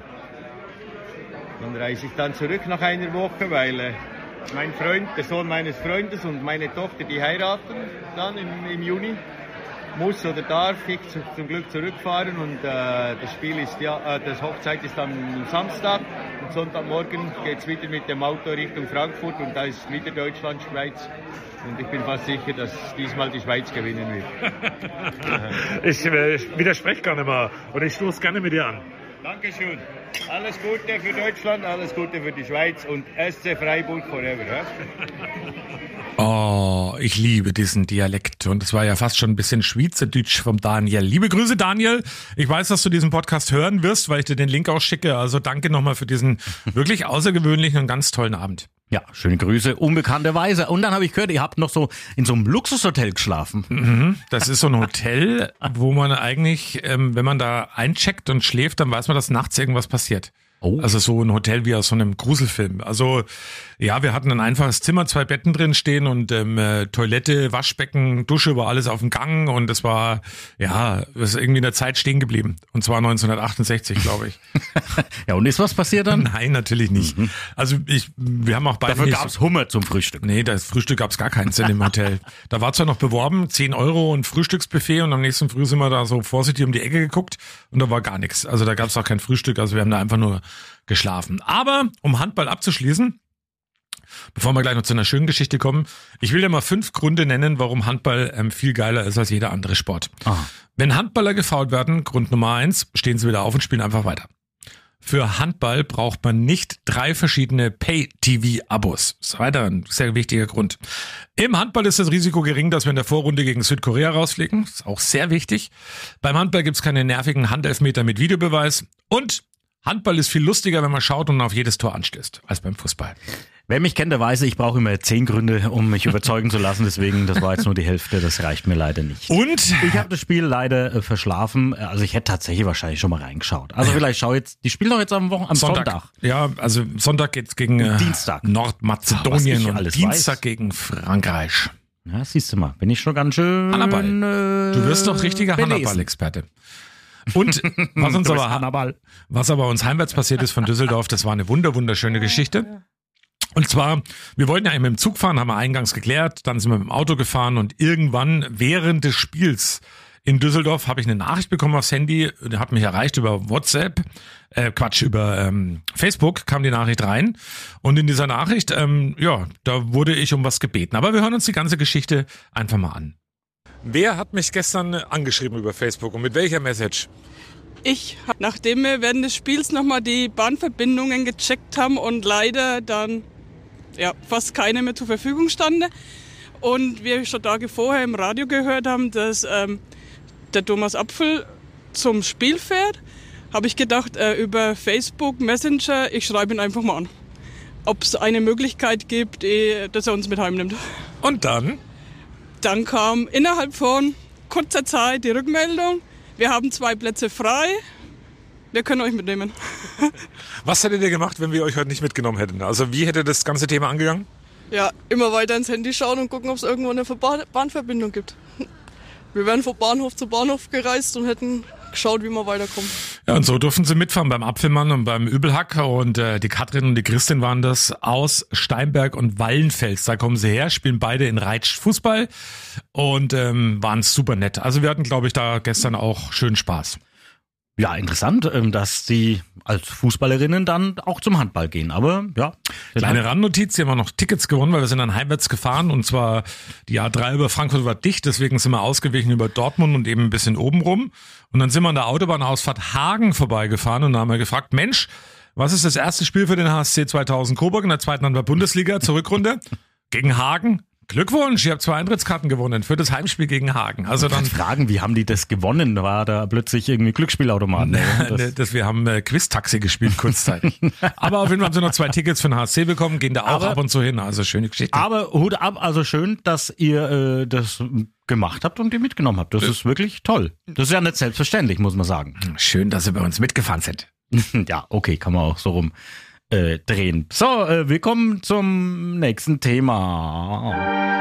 dann reise ich dann zurück nach einer Woche, weil äh, mein Freund, der Sohn meines Freundes und meine Tochter, die heiraten dann im, im Juni. Muss oder darf ich zu, zum Glück zurückfahren und äh, das Spiel ist ja, äh, das Hochzeit ist am Samstag und Sonntagmorgen geht es wieder mit dem Auto Richtung Frankfurt und da ist wieder Deutschland, Schweiz und ich bin fast sicher, dass diesmal die Schweiz gewinnen wird. Ich äh, widerspreche gar nicht mehr und ich stoße gerne mit dir an. Dankeschön. Alles Gute für Deutschland, alles Gute für die Schweiz und S C Freiburg forever. Ja? Oh, ich liebe diesen Dialekt und es war ja fast schon ein bisschen Schweizerdeutsch vom Daniel. Liebe Grüße, Daniel. Ich weiß, dass du diesen Podcast hören wirst, weil ich dir den Link auch schicke. Also danke nochmal für diesen wirklich außergewöhnlichen und ganz tollen Abend. Ja, schöne Grüße, unbekannterweise. Und dann habe ich gehört, ihr habt noch so in so einem Luxushotel geschlafen. Mhm, das ist so ein Hotel, wo man eigentlich, ähm, wenn man da eincheckt und schläft, dann weiß man, dass nachts irgendwas passiert. Oh. Also so ein Hotel wie aus so einem Gruselfilm. Also ja, wir hatten ein einfaches Zimmer, zwei Betten drin stehen und ähm, äh, Toilette, Waschbecken, Dusche war alles auf dem Gang und es war, ja, es ist irgendwie in der Zeit stehen geblieben. Und zwar neunzehnhundertachtundsechzig, glaube ich. Ja, und ist was passiert dann? Nein, natürlich nicht. Mhm. Also ich, wir haben auch beide Dafür nicht... Dafür gab's Hummer zum Frühstück. Nee, das Frühstück gab's gar keins in dem Hotel. Da war zwar noch beworben, zehn Euro und Frühstücksbuffet und am nächsten Früh sind wir da so vorsichtig um die Ecke geguckt und da war gar nichts. Also da gab's auch kein Frühstück, also wir haben da einfach nur geschlafen. Aber um Handball abzuschließen, bevor wir gleich noch zu einer schönen Geschichte kommen, ich will dir mal fünf Gründe nennen, warum Handball ähm, viel geiler ist als jeder andere Sport. Ah. Wenn Handballer gefoult werden, Grund Nummer eins, stehen sie wieder auf und spielen einfach weiter. Für Handball braucht man nicht drei verschiedene Pay-T V-Abos. Das ist weiter ein sehr wichtiger Grund. Im Handball ist das Risiko gering, dass wir in der Vorrunde gegen Südkorea rausfliegen. Das ist auch sehr wichtig. Beim Handball gibt's keine nervigen Handelfmeter mit Videobeweis. Und Handball ist viel lustiger, wenn man schaut und auf jedes Tor anstößt, als beim Fußball. Wer mich kennt, der weiß, ich brauche immer zehn Gründe, um mich überzeugen zu lassen. Deswegen, das war jetzt nur die Hälfte, das reicht mir leider nicht. Und? Ich habe das Spiel leider äh, verschlafen. Also ich hätte tatsächlich wahrscheinlich schon mal reingeschaut. Also vielleicht schau jetzt, die spielen doch jetzt am Wochenende, am Sonntag. Sonntag. Ja, also Sonntag geht's gegen äh, Dienstag. Nordmazedonien oh, und Dienstag weiß. Gegen Frankreich. Ja, siehst du mal, bin ich schon ganz schön... Hannibal. Äh, du wirst doch richtiger Hannibal-Experte. Und was uns aber, Hannibal. was aber uns heimwärts passiert ist von Düsseldorf, das war eine wunder wunderschöne Geschichte. Und zwar, wir wollten ja eben mit dem Zug fahren, haben wir eingangs geklärt, dann sind wir mit dem Auto gefahren und irgendwann während des Spiels in Düsseldorf habe ich eine Nachricht bekommen aufs Handy, die hat mich erreicht über WhatsApp, äh, Quatsch, über ähm, Facebook kam die Nachricht rein und in dieser Nachricht, ähm, ja, da wurde ich um was gebeten. Aber wir hören uns die ganze Geschichte einfach mal an. Wer hat mich gestern angeschrieben über Facebook und mit welcher Message? Ich, nachdem wir während des Spiels nochmal die Bahnverbindungen gecheckt haben und leider dann ja, fast keine mehr zur Verfügung standen und wir schon Tage vorher im Radio gehört haben, dass ähm, der Thomas Apfel zum Spiel fährt, habe ich gedacht, äh, über Facebook Messenger, ich schreibe ihn einfach mal an, ob es eine Möglichkeit gibt, eh, dass er uns mit heimnimmt. Und dann? Dann kam innerhalb von kurzer Zeit die Rückmeldung, wir haben zwei Plätze frei, wir können euch mitnehmen. Was hättet ihr gemacht, wenn wir euch heute nicht mitgenommen hätten? Also wie hätte das ganze Thema angegangen? Ja, immer weiter ins Handy schauen und gucken, ob es irgendwo eine Bahnverbindung gibt. Wir wären von Bahnhof zu Bahnhof gereist und hätten geschaut, wie wir weiterkommen. Ja, und so durften sie mitfahren beim Apfelmann und beim Übelhack und äh, die Katrin und die Christin waren das aus Steinberg und Wallenfels. Da kommen sie her, spielen beide in Reitsch Fußball und ähm, waren super nett. Also wir hatten, glaube ich, da gestern auch schön Spaß. Ja, interessant, dass sie als Fußballerinnen dann auch zum Handball gehen. Aber ja. Kleine Randnotiz, hier haben wir noch Tickets gewonnen, weil wir sind dann heimwärts gefahren und zwar die A drei über Frankfurt war dicht, deswegen sind wir ausgewichen über Dortmund und eben ein bisschen oben rum. Und dann sind wir an der Autobahnausfahrt Hagen vorbeigefahren und da haben wir gefragt, Mensch, was ist das erste Spiel für den H S C zweitausend Coburg in der zweiten Handball Bundesliga zur Rückrunde? Gegen Hagen? Glückwunsch, ihr habt zwei Eintrittskarten gewonnen für das Heimspiel gegen Hagen. Also dann fragen, wie haben die das gewonnen? War da plötzlich irgendwie Glücksspielautomaten? Das, nee, das wir haben äh, Quiz-Taxi gespielt kurzzeitig. Aber auf jeden Fall haben sie noch zwei Tickets für den H S C bekommen, gehen da auch aber, ab und zu hin. Also schöne Geschichte. Aber Hut ab, also schön, dass ihr äh, das gemacht habt und die mitgenommen habt. Das ja. ist wirklich toll. Das ist ja nicht selbstverständlich, muss man sagen. Schön, dass ihr bei uns mitgefahren seid. Ja, okay, kann man auch so rum Äh, drehen. So, äh, wir kommen zum nächsten Thema.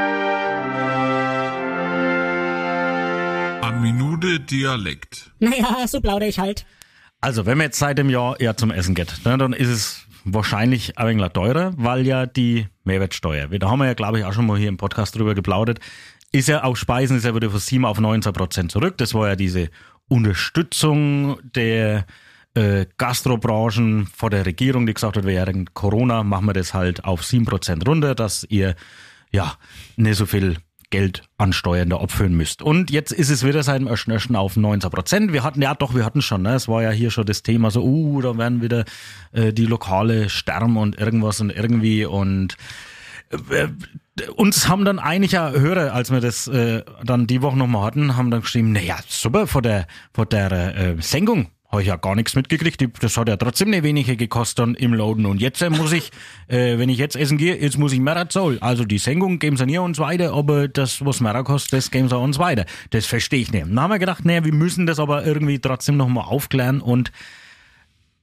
Eine Minute Dialekt. Naja, so plaudere ich halt. Also, wenn man jetzt seit dem Jahr eher zum Essen geht, ne, dann ist es wahrscheinlich ein wenig teurer, weil ja die Mehrwertsteuer, da haben wir ja, glaube ich, auch schon mal hier im Podcast drüber geplaudert, ist ja auf Speisen, ist ja wieder von sieben auf neunzehn Prozent zurück. Das war ja diese Unterstützung der Gastrobranchen vor der Regierung, die gesagt hat, während Corona machen wir das halt auf sieben Prozent runter, dass ihr ja nicht so viel Geld an Steuern da abführen müsst. Und jetzt ist es wieder seit dem ersten ersten auf neunzehn Prozent. Wir hatten, ja doch, wir hatten schon, ne? Es war ja hier schon das Thema so, uh, da werden wieder äh, die Lokale sterben und irgendwas und irgendwie und äh, uns haben dann einige Hörer, als wir das äh, dann die Woche nochmal hatten, haben dann geschrieben, naja, super, vor der, vor der äh, Senkung habe ich ja gar nichts mitgekriegt. Das hat ja trotzdem nicht weniger gekostet dann im Laden. Und jetzt äh, muss ich, äh, wenn ich jetzt essen gehe, jetzt muss ich mehr zahlen. Also die Senkung geben sie nie uns weiter, aber das, was mehr kostet, das geben sie uns weiter. Das verstehe ich nicht. Dann haben wir gedacht, naja, wir müssen das aber irgendwie trotzdem nochmal aufklären und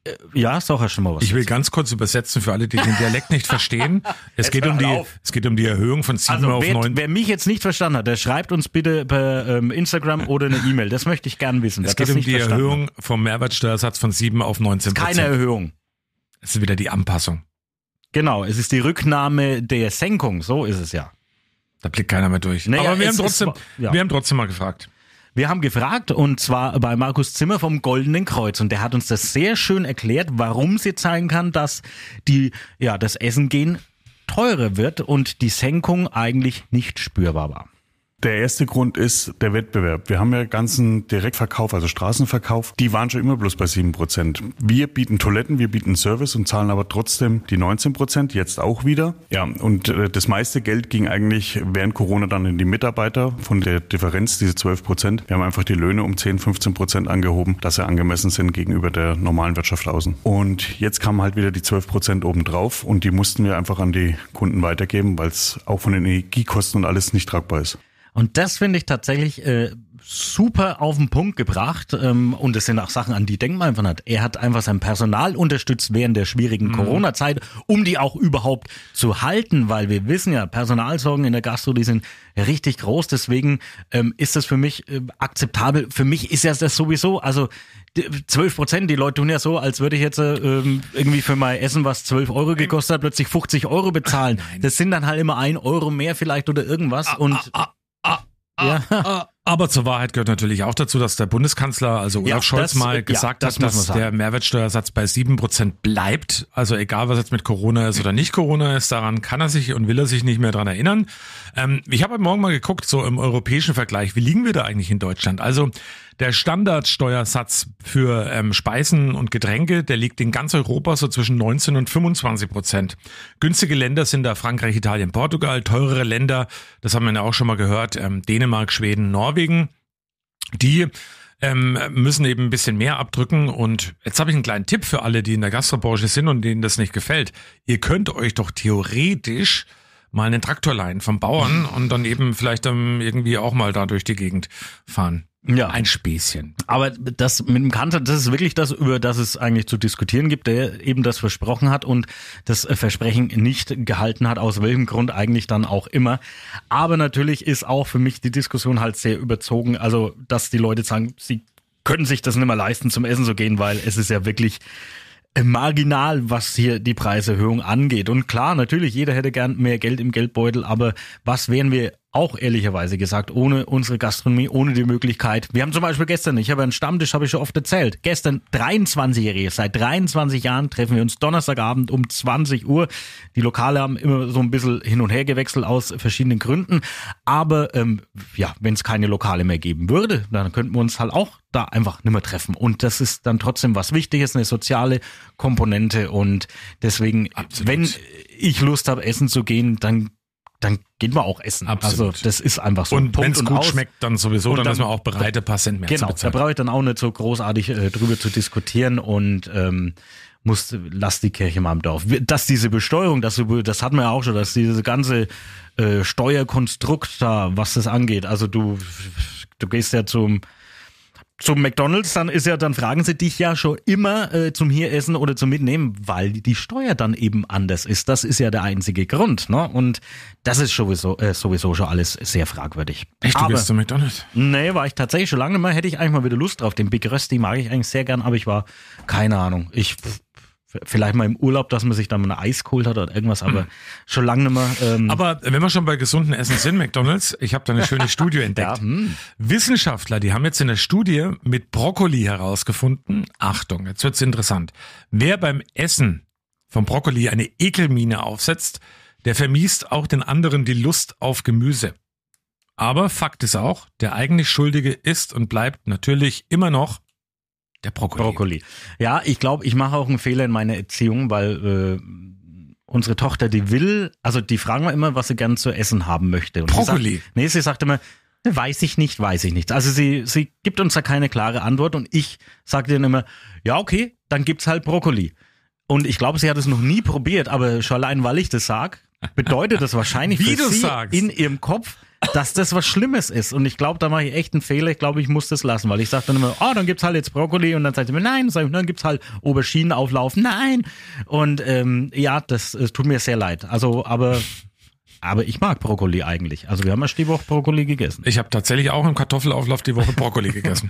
Ja, ist doch ja schon mal was. Ich will ganz kurz übersetzen für alle, die den Dialekt nicht verstehen. Es geht um die, es geht um die Erhöhung von sieben Also auf wer, neun. wer mich jetzt nicht verstanden hat, der schreibt uns bitte per ähm, Instagram oder eine E-Mail. Das möchte ich gern wissen. Es wer geht das um nicht die verstanden Erhöhung vom Mehrwertsteuersatz von sieben auf neunzehn hat. Prozent. Keine Erhöhung. Es ist wieder die Anpassung. Genau, es ist die Rücknahme der Senkung, so ist es ja. Da blickt keiner mehr durch. Naja, Aber wir es haben trotzdem, ist- ja. wir haben trotzdem mal gefragt. Wir haben gefragt und zwar bei Markus Zimmer vom Goldenen Kreuz und der hat uns das sehr schön erklärt, warum es jetzt sein kann, dass die, ja, das Essen gehen teurer wird und die Senkung eigentlich nicht spürbar war. Der erste Grund ist der Wettbewerb. Wir haben ja ganzen Direktverkauf, also Straßenverkauf, die waren schon immer bloß bei sieben Prozent. Wir bieten Toiletten, wir bieten Service und zahlen aber trotzdem die neunzehn Prozent, jetzt auch wieder. Ja, und äh, das meiste Geld ging eigentlich während Corona dann in die Mitarbeiter von der Differenz, diese zwölf Prozent. Wir haben einfach die Löhne um zehn, fünfzehn Prozent angehoben, dass sie angemessen sind gegenüber der normalen Wirtschaft außen. Und jetzt kamen halt wieder die zwölf Prozent obendrauf und die mussten wir einfach an die Kunden weitergeben, weil es auch von den Energiekosten und alles nicht tragbar ist. Und das finde ich tatsächlich äh, super auf den Punkt gebracht. Ähm, und es sind auch Sachen, an die denkt man einfach nicht. Er hat einfach sein Personal unterstützt während der schwierigen Mhm. Corona-Zeit, um die auch überhaupt zu halten, weil wir wissen ja, Personalsorgen in der Gastro, die sind richtig groß. Deswegen ähm, ist das für mich äh, akzeptabel. Für mich ist ja das sowieso, also zwölf Prozent, die Leute tun ja so, als würde ich jetzt äh, irgendwie für mein Essen, was zwölf Euro gekostet hat, plötzlich fünfzig Euro bezahlen. Das sind dann halt immer ein Euro mehr vielleicht oder irgendwas. Und ja. Aber zur Wahrheit gehört natürlich auch dazu, dass der Bundeskanzler, also Olaf Ja, Scholz, das- mal ja, gesagt das hat, muss man dass sagen. der Mehrwertsteuersatz bei sieben Prozent bleibt. Also egal, was jetzt mit Corona ist oder nicht Corona ist, daran kann er sich und will er sich nicht mehr dran erinnern. Ähm, ich habe heute Morgen mal geguckt, so im europäischen Vergleich, wie liegen wir da eigentlich in Deutschland? Also der Standardsteuersatz für ähm, Speisen und Getränke, der liegt in ganz Europa so zwischen neunzehn und fünfundzwanzig Prozent. Günstige Länder sind da Frankreich, Italien, Portugal. Teurere Länder, das haben wir ja auch schon mal gehört, ähm, Dänemark, Schweden, Norwegen. Die ähm, müssen eben ein bisschen mehr abdrücken. Und jetzt habe ich einen kleinen Tipp für alle, die in der Gastrobranche sind und denen das nicht gefällt. Ihr könnt euch doch theoretisch mal einen Traktor leihen vom Bauern und dann eben vielleicht ähm, irgendwie auch mal da durch die Gegend fahren. Ja. Ein Späßchen. Aber das mit dem Kanzler, das ist wirklich das, über das es eigentlich zu diskutieren gibt, der eben das versprochen hat und das Versprechen nicht gehalten hat, aus welchem Grund eigentlich dann auch immer. Aber natürlich ist auch für mich die Diskussion halt sehr überzogen, also dass die Leute sagen, sie können sich das nicht mehr leisten, zum Essen zu gehen, weil es ist ja wirklich marginal, was hier die Preiserhöhung angeht. Und klar, natürlich, jeder hätte gern mehr Geld im Geldbeutel, aber was wären wir auch ehrlicherweise gesagt, ohne unsere Gastronomie, ohne die Möglichkeit. Wir haben zum Beispiel gestern, ich habe einen Stammtisch, habe ich schon oft erzählt, gestern dreiundzwanzigjährige, seit dreiundzwanzig Jahren treffen wir uns Donnerstagabend um zwanzig Uhr. Die Lokale haben immer so ein bisschen hin und her gewechselt aus verschiedenen Gründen, aber ähm, ja, wenn es keine Lokale mehr geben würde, dann könnten wir uns halt auch da einfach nicht mehr treffen. Und das ist dann trotzdem was Wichtiges, eine soziale Komponente und deswegen, Absolut. wenn ich Lust habe, essen zu gehen, dann dann gehen wir auch essen. Absolut. Also das ist einfach so. Und wenn es gut aus. schmeckt, dann sowieso, Und dann, dann- ist man auch bereit, ein paar Cent mehr Genau, zu da bezahlen. brauche ich dann auch nicht so großartig äh, drüber zu diskutieren und ähm, muss, lass die Kirche mal im Dorf. Dass diese Besteuerung, das, das hat man ja auch schon, dass diese ganze äh, Steuerkonstrukt da, was das angeht, also du, du gehst ja zum zum McDonald's, dann ist ja, dann fragen sie dich ja schon immer äh, zum hier essen oder zum Mitnehmen, weil die Steuer dann eben anders ist. Das ist ja der einzige Grund, ne? Und das ist sowieso äh, sowieso schon alles sehr fragwürdig. Echt, du Aber, gehst zu McDonald's? Nee, war ich tatsächlich schon lange nicht mehr. Hätte ich eigentlich mal wieder Lust drauf. Den Big Rösti mag ich eigentlich sehr gern, aber ich war, keine Ahnung, ich vielleicht mal im Urlaub, dass man sich dann mal ein Eis geholt hat oder irgendwas, aber schon lange nicht mehr. Ähm, Aber wenn wir schon bei gesunden Essen sind, McDonald's, ich habe da eine schöne Studie entdeckt. Ja, hm. Wissenschaftler, die haben jetzt in der Studie mit Brokkoli herausgefunden, Achtung, jetzt wird's interessant, wer beim Essen vom Brokkoli eine Ekelmiene aufsetzt, der vermiest auch den anderen die Lust auf Gemüse. Aber Fakt ist auch, der eigentlich Schuldige ist und bleibt natürlich immer noch der Brokkoli. Brokkoli. Ja, ich glaube, ich mache auch einen Fehler in meiner Erziehung, weil äh, unsere Tochter, die will, also die fragen wir immer, was sie gern zu essen haben möchte. Und Brokkoli? Sie sagt, nee, sie sagt immer, weiß ich nicht, weiß ich nicht. Also sie, sie gibt uns da keine klare Antwort und ich sage dann immer, ja okay, dann gibt's halt Brokkoli. Und ich glaube, sie hat es noch nie probiert, aber schon allein, weil ich das sag, bedeutet das wahrscheinlich Wie für du sie sagst. in ihrem Kopf, dass das was Schlimmes ist. Und ich glaube, da mache ich echt einen Fehler. Ich glaube, ich muss das lassen, weil ich sage dann immer, oh, dann gibt's halt jetzt Brokkoli. Und dann sagt sie mir, nein. Sag ich, dann gibt's halt Auberginenauflauf. Nein. Und ähm, ja, das, das tut mir sehr leid. Also, aber... Aber ich mag Brokkoli eigentlich. Also wir haben erst die Woche Brokkoli gegessen. Ich habe tatsächlich auch im Kartoffelauflauf die Woche Brokkoli gegessen.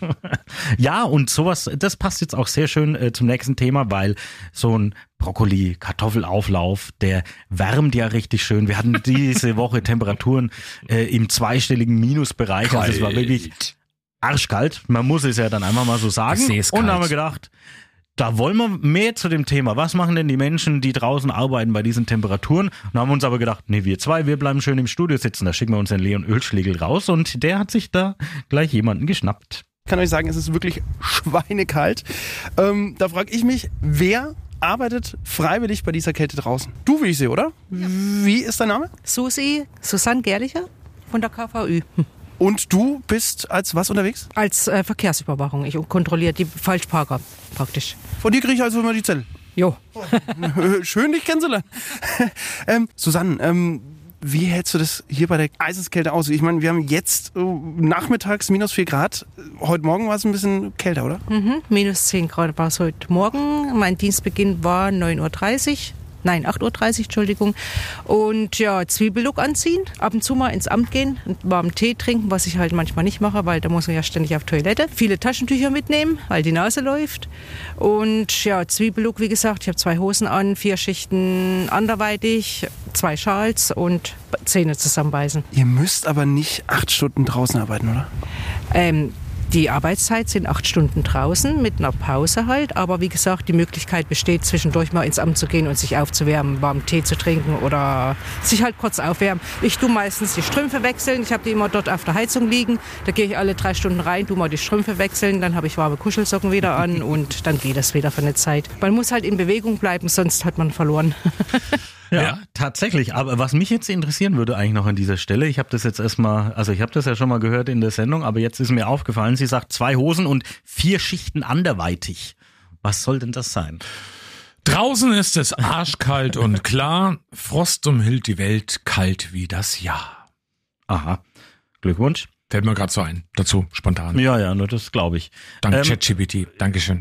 Ja, und sowas, das passt jetzt auch sehr schön äh, zum nächsten Thema, weil so ein Brokkoli-Kartoffelauflauf, der wärmt ja richtig schön. Wir hatten diese Woche Temperaturen äh, im zweistelligen Minusbereich. Kalt. Also es war wirklich arschkalt. Man muss es ja dann einfach mal so sagen. Und da haben wir gedacht, da wollen wir mehr zu dem Thema. Was machen denn die Menschen, die draußen arbeiten bei diesen Temperaturen? Und haben uns aber gedacht, nee, wir zwei, wir bleiben schön im Studio sitzen. Da schicken wir uns den Leon Ölschlegel raus und der hat sich da gleich jemanden geschnappt. Ich kann euch sagen, es ist wirklich schweinekalt. Ähm, da frage ich mich, wer arbeitet freiwillig bei dieser Kälte draußen? Du, wie ich sehe, oder? Ja. Wie ist dein Name? Susi, Susanne Gerlicher von der K V Ü. Und du bist als was unterwegs? Als äh, Verkehrsüberwachung. Ich kontrolliere die Falschparker praktisch. Von dir kriege ich also immer die Zelle? Jo. Schön, dich kennenzulernen. ähm, Susanne, ähm, wie hältst du das hier bei der Eiseskälte aus? Ich meine, wir haben jetzt äh, nachmittags minus vier Grad. Heute Morgen war es ein bisschen kälter, oder? Mhm, minus zehn Grad war es heute Morgen. Mein Dienstbeginn war neun Uhr dreißig. Nein, acht Uhr dreißig, Entschuldigung. Und ja, Zwiebellook anziehen, ab und zu mal ins Amt gehen, einen warmen Tee trinken, was ich halt manchmal nicht mache, weil da muss man ja ständig auf Toilette. Viele Taschentücher mitnehmen, weil die Nase läuft. Und ja, Zwiebellook, wie gesagt, ich habe zwei Hosen an, vier Schichten anderweitig, zwei Schals und Zähne zusammenbeißen. Ihr müsst aber nicht acht Stunden draußen arbeiten, oder? Ähm, Die Arbeitszeit sind acht Stunden draußen mit einer Pause halt, aber wie gesagt, die Möglichkeit besteht, zwischendurch mal ins Amt zu gehen und sich aufzuwärmen, warmen Tee zu trinken oder sich halt kurz aufwärmen. Ich tue meistens die Strümpfe wechseln, ich habe die immer dort auf der Heizung liegen, da gehe ich alle drei Stunden rein, tue mal die Strümpfe wechseln, dann habe ich warme Kuschelsocken wieder an und dann geht das wieder für eine Zeit. Man muss halt in Bewegung bleiben, sonst hat man verloren. Ja, ja, tatsächlich. Aber was mich jetzt interessieren würde eigentlich noch an dieser Stelle, ich habe das jetzt erstmal, also ich habe das ja schon mal gehört in der Sendung, aber jetzt ist mir aufgefallen, sie sagt zwei Hosen und vier Schichten anderweitig. Was soll denn das sein? Draußen ist es arschkalt und klar, Frost umhüllt die Welt kalt wie das Jahr. Aha, Glückwunsch. Fällt mir gerade so ein, dazu spontan. Ja, ja, nur das glaube ich. Dank ähm, ChatGPT, Dankeschön.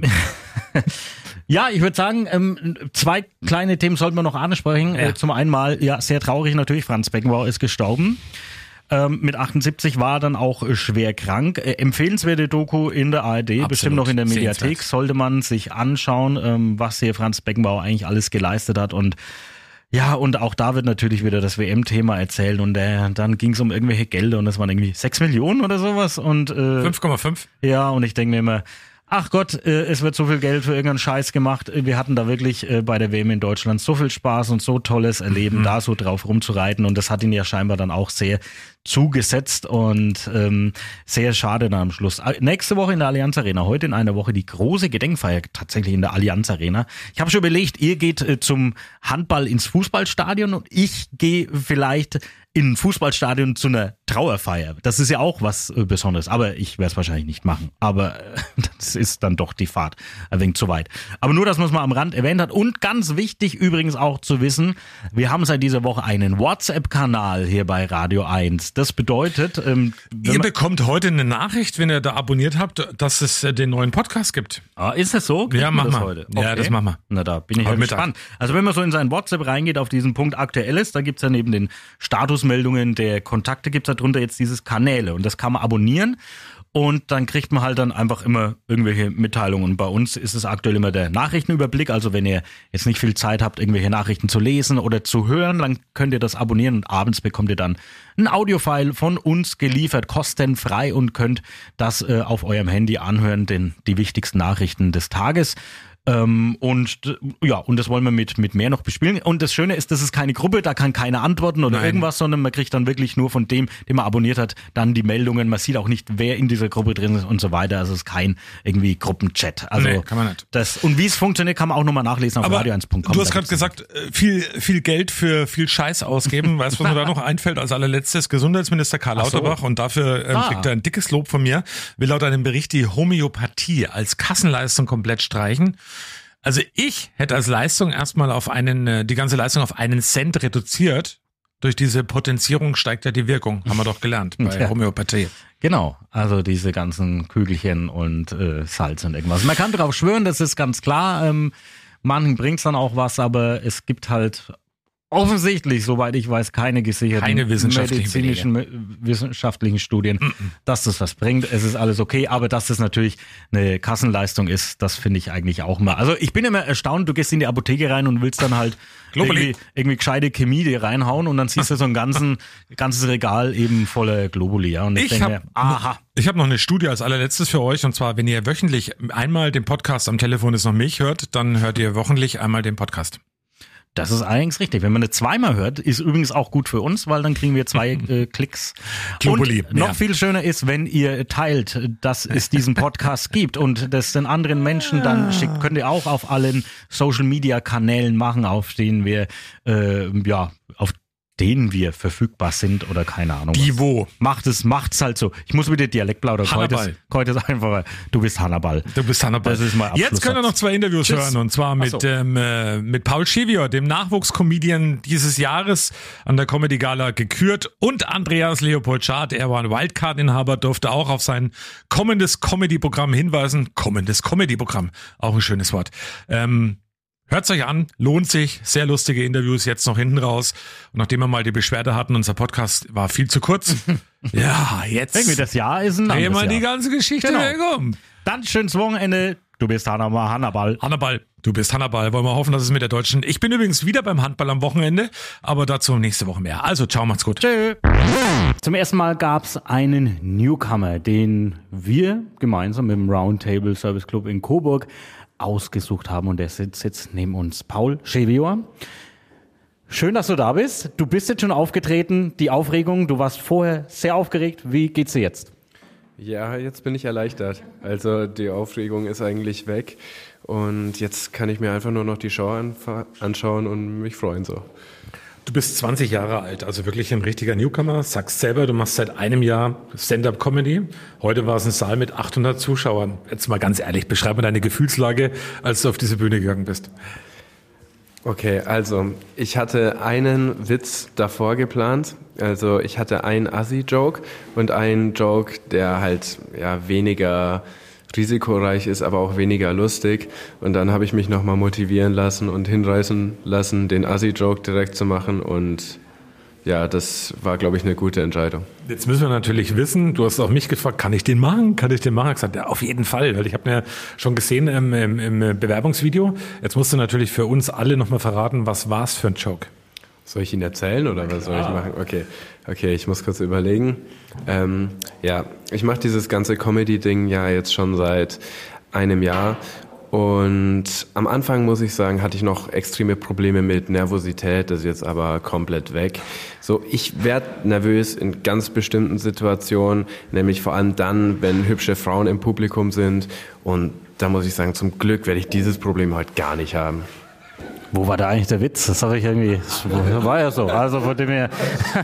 Ja, ich würde sagen, ähm, zwei kleine Themen sollten wir noch ansprechen. Ja. Äh, zum einen mal, ja, sehr traurig natürlich, Franz Beckenbauer ist gestorben. Ähm, mit achtundsiebzig war er dann auch äh, schwer krank. Äh, empfehlenswerte Doku in der A R D, Absolut. Bestimmt noch in der Mediathek, sollte man sich anschauen, ähm, was hier Franz Beckenbauer eigentlich alles geleistet hat. Und ja, und auch da wird natürlich wieder das W M-Thema erzählt und äh, dann ging es um irgendwelche Gelder und das waren irgendwie sechs Millionen oder sowas. und äh, fünf Komma fünf. Ja, und ich denke mir immer, ach Gott, äh, es wird so viel Geld für irgendeinen Scheiß gemacht. Wir hatten da wirklich äh, bei der W M in Deutschland so viel Spaß und so tolles Erleben, mhm. da so drauf rumzureiten. Und das hat ihn ja scheinbar dann auch sehr zugesetzt und ähm, sehr schade dann am Schluss. Nächste Woche in der Allianz Arena, heute in einer Woche die große Gedenkfeier tatsächlich in der Allianz Arena. Ich habe schon überlegt, ihr geht äh, zum Handball ins Fußballstadion und ich gehe vielleicht in ein Fußballstadion zu einer Trauerfeier. Das ist ja auch was äh, Besonderes, aber ich werde es wahrscheinlich nicht machen. Aber äh, das ist dann doch die Fahrt ein wenig zu weit. Aber nur, dass man es mal am Rand erwähnt hat. Und ganz wichtig übrigens auch zu wissen, wir haben seit dieser Woche einen WhatsApp-Kanal hier bei Radio eins. Das bedeutet... Ähm, ihr bekommt heute eine Nachricht, wenn ihr da abonniert habt, dass es äh, den neuen Podcast gibt. Ah, ist das so? Kriegt ja, mach das mal. Heute? Okay. Ja, das machen wir. Na, da bin ich halt gespannt. Also wenn man so in seinen WhatsApp reingeht, auf diesen Punkt Aktuelles, da gibt's ja neben den Statusmeldungen der Kontakte, gibt's da drunter jetzt dieses Kanäle und das kann man abonnieren. Und dann kriegt man halt dann einfach immer irgendwelche Mitteilungen. Und bei uns ist es aktuell immer der Nachrichtenüberblick. Also wenn ihr jetzt nicht viel Zeit habt, irgendwelche Nachrichten zu lesen oder zu hören, dann könnt ihr das abonnieren und abends bekommt ihr dann ein Audiofile von uns geliefert, kostenfrei und könnt das äh, auf eurem Handy anhören, denn die wichtigsten Nachrichten des Tages. Ähm, und ja, und das wollen wir mit mit mehr noch bespielen. Und das Schöne ist, das ist keine Gruppe, da kann keiner antworten oder Nein. irgendwas, sondern man kriegt dann wirklich nur von dem, den man abonniert hat, dann die Meldungen. Man sieht auch nicht, wer in dieser Gruppe drin ist und so weiter. Also es ist kein irgendwie Gruppenchat. Also nee, kann man nicht. Das, und wie es funktioniert, kann man auch nochmal nachlesen auf radio eins Punkt com. Du hast gerade gesagt, viel viel Geld für viel Scheiß ausgeben. Weißt du, was mir da noch einfällt als allerletztes? Gesundheitsminister Karl so. Lauterbach und dafür ähm, ah. kriegt er ein dickes Lob von mir, will laut einem Bericht die Homöopathie als Kassenleistung komplett streichen. Also ich hätte als Leistung erstmal auf einen, die ganze Leistung auf einen Cent reduziert. durch diese Potenzierung steigt ja die Wirkung. Haben wir doch gelernt bei ja. Homöopathie. Genau, also diese ganzen Kügelchen und äh, Salz und irgendwas. Man kann darauf schwören, das ist ganz klar. Ähm, manchen bringt's dann auch was, aber es gibt halt offensichtlich, soweit ich weiß, keine gesicherten keine wissenschaftlichen medizinischen, Belege. wissenschaftlichen Studien, mm-mm. dass das was bringt. Es ist alles okay, aber dass das natürlich eine Kassenleistung ist, das finde ich eigentlich auch mal. Also ich bin immer erstaunt, du gehst in die Apotheke rein und willst dann halt irgendwie, irgendwie gescheite Chemie dir reinhauen und dann siehst du so ein ganzen, ganzes Regal eben voller Globuli. Ja? Und ich, ich denke mir, aha. Ich habe noch eine Studie als allerletztes für euch, und zwar, wenn ihr wöchentlich einmal den Podcast am Telefon ist noch mich hört, dann hört ihr wöchentlich einmal den Podcast. Das ist allerdings richtig. Wenn man eine zweimal hört, ist übrigens auch gut für uns, weil dann kriegen wir zwei äh, Klicks. Globuli, und noch ja. viel schöner ist, wenn ihr teilt, dass es diesen Podcast gibt und das den anderen Menschen dann schickt, könnt ihr auch auf allen Social-Media-Kanälen machen, auf denen wir, äh, ja, auf denen wir verfügbar sind oder keine Ahnung. Die wo? Macht es, macht's halt so. Ich muss wieder Dialekt plaudern. Heute, heute ist einfach, du bist Hannibal. Du bist Hannibal. Das ist mein Jetzt können wir noch zwei Interviews Tschüss. hören, und zwar mit, so. ähm, äh, mit Paul Schevior, dem Nachwuchscomedian dieses Jahres an der Comedy Gala gekürt, und Andreas Leopold Schad, er war ein Wildcard-Inhaber, durfte auch auf sein kommendes Comedy-Programm hinweisen. Kommendes Comedy-Programm, auch ein schönes Wort. Ähm, Hört's euch an, lohnt sich, sehr lustige Interviews jetzt noch hinten raus. Und nachdem wir mal die Beschwerde hatten, unser Podcast war viel zu kurz. Ja, jetzt. Irgendwie das Jahr ist ein drehen wir Jahr. die ganze Geschichte genau. weg um. Dann schönes Wochenende. Du bist Hannibal. Hannibal. Hannibal. Du bist Hannibal. Wollen wir hoffen, dass es mit der Deutschen. Ich bin übrigens wieder beim Handball am Wochenende, aber dazu nächste Woche mehr. Also, ciao, macht's gut. Tschö. Zum ersten Mal gab's einen Newcomer, den wir gemeinsam mit dem Roundtable Service Club in Coburg ausgesucht haben, und der sitzt jetzt neben uns. Paul Schevior. Schön, dass du da bist. Du bist jetzt schon aufgetreten. Die Aufregung, du warst vorher sehr aufgeregt. Wie geht's dir jetzt? Ja, jetzt bin ich erleichtert. Also die Aufregung ist eigentlich weg und jetzt kann ich mir einfach nur noch die Show anfa- anschauen und mich freuen so. Du bist zwanzig Jahre alt, also wirklich ein richtiger Newcomer. Sagst selber, du machst seit einem Jahr Stand-up-Comedy. Heute war es ein Saal mit achthundert Zuschauern. Jetzt mal ganz ehrlich, beschreib mal deine Gefühlslage, als du auf diese Bühne gegangen bist. Okay, also ich hatte einen Witz davor geplant. Also ich hatte einen Assi-Joke und einen Joke, der halt ja weniger risikoreich ist, aber auch weniger lustig. Und dann habe ich mich nochmal motivieren lassen und hinreißen lassen, den Assi-Joke direkt zu machen. Und ja, das war, glaube ich, eine gute Entscheidung. Jetzt müssen wir natürlich wissen, du hast auch mich gefragt, kann ich den machen? Kann ich den machen? Ich habe gesagt, ja, auf jeden Fall, weil ich habe ja schon gesehen im, im, im Bewerbungsvideo. Jetzt musst du natürlich für uns alle nochmal verraten, was war es für ein Joke? Soll ich ihn erzählen oder was soll ich machen? Okay, okay, ich muss kurz überlegen. Ähm, ja, ich mache dieses ganze Comedy-Ding ja jetzt schon seit einem Jahr. Und am Anfang, muss ich sagen, hatte ich noch extreme Probleme mit Nervosität, das ist jetzt aber komplett weg. So, ich werde nervös in ganz bestimmten Situationen, nämlich vor allem dann, wenn hübsche Frauen im Publikum sind. Und da muss ich sagen, zum Glück werde ich dieses Problem heute gar nicht haben. Wo war da eigentlich der Witz? Das habe ich irgendwie, das war ja so. Also von dem her.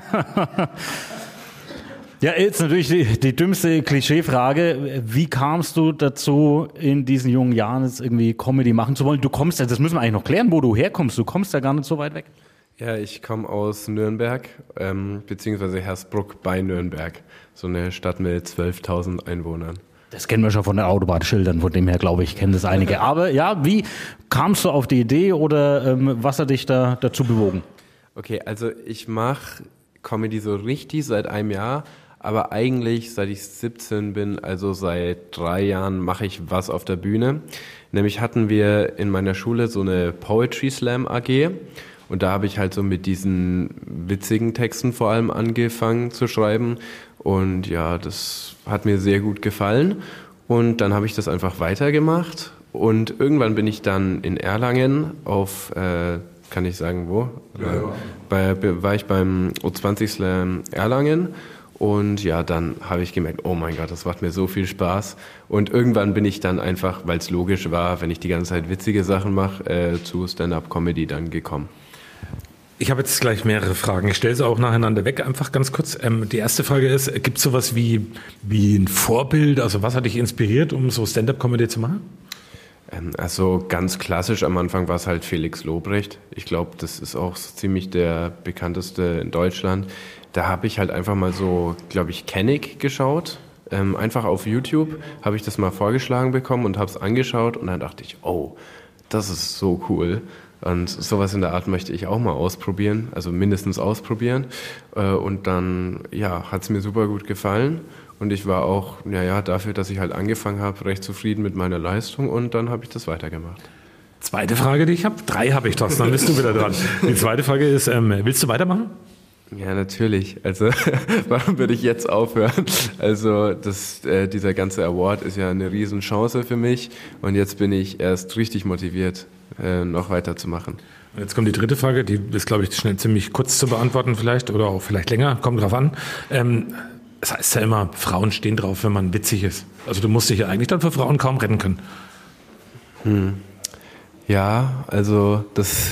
Ja, jetzt natürlich die, die dümmste Klischeefrage. Wie kamst du dazu, in diesen jungen Jahren jetzt irgendwie Comedy machen zu wollen? Du kommst, das müssen wir eigentlich noch klären, wo du herkommst. Du kommst ja gar nicht so weit weg. Ja, ich komme aus Nürnberg, ähm, beziehungsweise Hersbruck bei Nürnberg. So eine Stadt mit zwölftausend Einwohnern. Das kennen wir schon von den Autobahnschildern, von dem her glaube ich, kennen das einige. Aber ja, wie kamst du auf die Idee oder ähm, was hat dich da dazu bewogen? Okay, also ich mache Comedy so richtig seit einem Jahr, aber eigentlich seit ich siebzehn bin, also seit drei Jahren mache ich was auf der Bühne. Nämlich hatten wir in meiner Schule so eine Poetry Slam A G und da habe ich halt so mit diesen witzigen Texten vor allem angefangen zu schreiben. Und ja, das hat mir sehr gut gefallen. Und dann habe ich das einfach weitergemacht. Und irgendwann bin ich dann in Erlangen auf, äh, kann ich sagen wo? Ja, ja. Bei, war ich beim O zwanzig Slam Erlangen. Und ja, dann habe ich gemerkt, oh mein Gott, das macht mir so viel Spaß. Und irgendwann bin ich dann einfach, weil es logisch war, wenn ich die ganze Zeit witzige Sachen mache, äh, zu Stand-up-Comedy dann gekommen. Ich habe jetzt gleich mehrere Fragen. Ich stelle sie auch nacheinander weg, einfach ganz kurz. Ähm, die erste Frage ist, gibt es sowas wie, wie ein Vorbild? Also was hat dich inspiriert, um so Stand-up-Comedy zu machen? Ähm, also ganz klassisch am Anfang war es halt Felix Lobrecht. Ich glaube, das ist auch so ziemlich der bekannteste in Deutschland. Da habe ich halt einfach mal so, glaube ich, Kennig geschaut. Ähm, einfach auf YouTube habe ich das mal vorgeschlagen bekommen und habe es angeschaut und dann dachte ich, oh, das ist so cool. Und sowas in der Art möchte ich auch mal ausprobieren, also mindestens ausprobieren. Äh, und dann, ja, hat es mir super gut gefallen. Und ich war auch, ja, ja, dafür, dass ich halt angefangen habe, recht zufrieden mit meiner Leistung und dann habe ich das weitergemacht. Zweite Frage, die ich habe. Drei habe ich, Thorsten, dann bist du wieder dran. Die zweite Frage ist, ähm, willst du weitermachen? Ja, natürlich. Also warum würde ich jetzt aufhören? Also das, äh, dieser ganze Award ist ja eine Riesenchance für mich und jetzt bin ich erst richtig motiviert, äh, noch weiterzumachen. Und jetzt kommt die dritte Frage, die ist, glaube ich, schnell ziemlich kurz zu beantworten vielleicht oder auch vielleicht länger, kommt drauf an. Ähm, das heißt ja immer, Frauen stehen drauf, wenn man witzig ist. Also du musst dich ja eigentlich dann für Frauen kaum retten können. Hm. Ja, also das...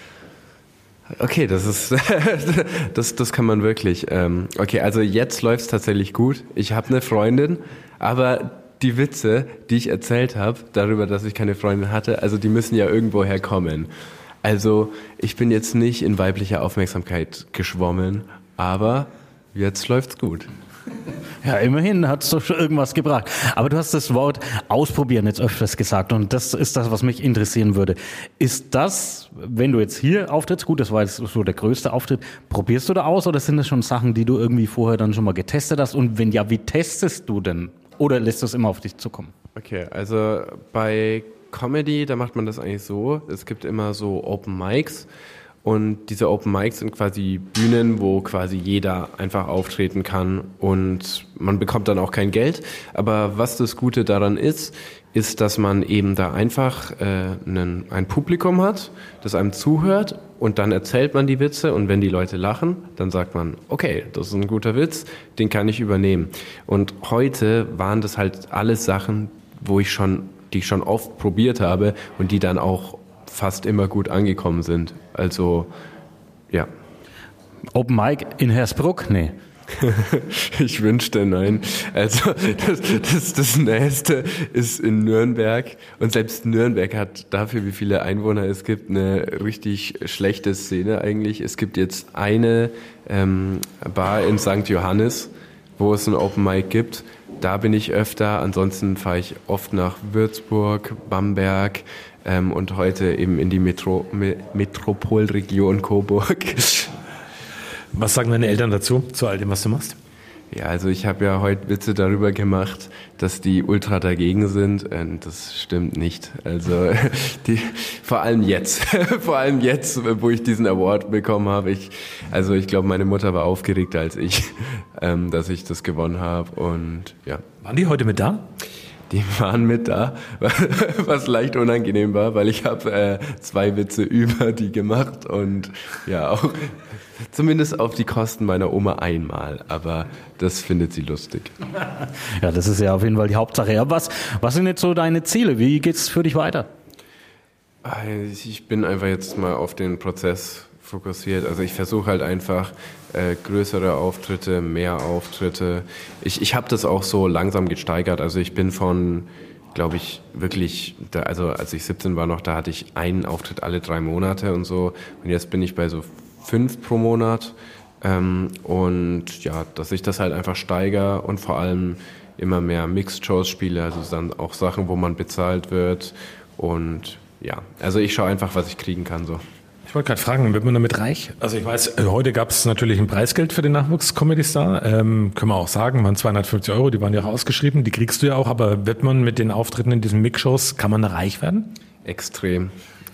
Okay, das ist, das, das kann man wirklich. Ähm, okay, also jetzt läuft's tatsächlich gut. Ich habe eine Freundin, aber die Witze, die ich erzählt habe, darüber, dass ich keine Freundin hatte, also die müssen ja irgendwo herkommen. Also ich bin jetzt nicht in weiblicher Aufmerksamkeit geschwommen, aber jetzt läuft's gut. Ja, immerhin hat es doch schon irgendwas gebracht. Aber du hast das Wort ausprobieren jetzt öfters gesagt und das ist das, was mich interessieren würde. Ist das, wenn du jetzt hier auftrittst, gut, das war jetzt so der größte Auftritt, probierst du da aus oder sind das schon Sachen, die du irgendwie vorher dann schon mal getestet hast? Und wenn ja, wie testest du denn? Oder lässt du es immer auf dich zukommen? Okay, also bei Comedy, da macht man das eigentlich so, es gibt immer so Open Mics. Und diese Open Mics sind quasi Bühnen, wo quasi jeder einfach auftreten kann und man bekommt dann auch kein Geld. Aber was das Gute daran ist, ist, dass man eben da einfach äh, einen, ein Publikum hat, das einem zuhört und dann erzählt man die Witze und wenn die Leute lachen, dann sagt man, okay, das ist ein guter Witz, den kann ich übernehmen. Und heute waren das halt alles Sachen, wo ich schon, die ich schon oft probiert habe und die dann auch fast immer gut angekommen sind. Also, ja. Open Mic in Hersbruck? Nee. Ich wünschte, nein. Also, das, das, das Nächste ist in Nürnberg. Und selbst Nürnberg hat dafür, wie viele Einwohner es gibt, eine richtig schlechte Szene eigentlich. Es gibt jetzt eine ähm, Bar in Sankt Johannes, wo es ein Open Mic gibt. Da bin ich öfter. Ansonsten fahre ich oft nach Würzburg, Bamberg, Ähm, und heute eben in die Metro, Me- Metropolregion Coburg. Was sagen deine Eltern dazu, zu all dem, was du machst? Ja, also ich habe ja heute Witze darüber gemacht, dass die ultra dagegen sind und das stimmt nicht. Also die, vor allem jetzt, vor allem jetzt, wo ich diesen Award bekommen habe. Ich, also ich glaube, meine Mutter war aufgeregter als ich, ähm, dass ich das gewonnen habe und ja. Waren die heute mit da? Die waren mit da, was leicht unangenehm war, weil ich habe äh, zwei Witze über die gemacht und ja, auch zumindest auf die Kosten meiner Oma einmal, aber das findet sie lustig. Ja, das ist ja auf jeden Fall die Hauptsache. Ja, was, was sind jetzt so deine Ziele? Wie geht's für dich weiter? Ich bin einfach jetzt mal auf den Prozess fokussiert. Also ich versuche halt einfach äh, größere Auftritte, mehr Auftritte. Ich, ich habe das auch so langsam gesteigert. Also ich bin von, glaube ich, wirklich, da, also als ich siebzehn war noch, da hatte ich einen Auftritt alle drei Monate und so. Und jetzt bin ich bei so fünf pro Monat. Ähm, und ja, dass ich das halt einfach steigere und vor allem immer mehr Mixed-Shows spiele. Also dann auch Sachen, wo man bezahlt wird. Und ja, also ich schaue einfach, was ich kriegen kann so. Ich wollte gerade fragen, wird man damit reich? Also ich weiß, heute gab es natürlich ein Preisgeld für den Nachwuchs-Comedy-Star. Ähm, können wir auch sagen, waren zweihundertfünfzig Euro, die waren ja auch ausgeschrieben, die kriegst du ja auch. Aber wird man mit den Auftritten in diesen Mix-Shows, kann man da reich werden? Extrem.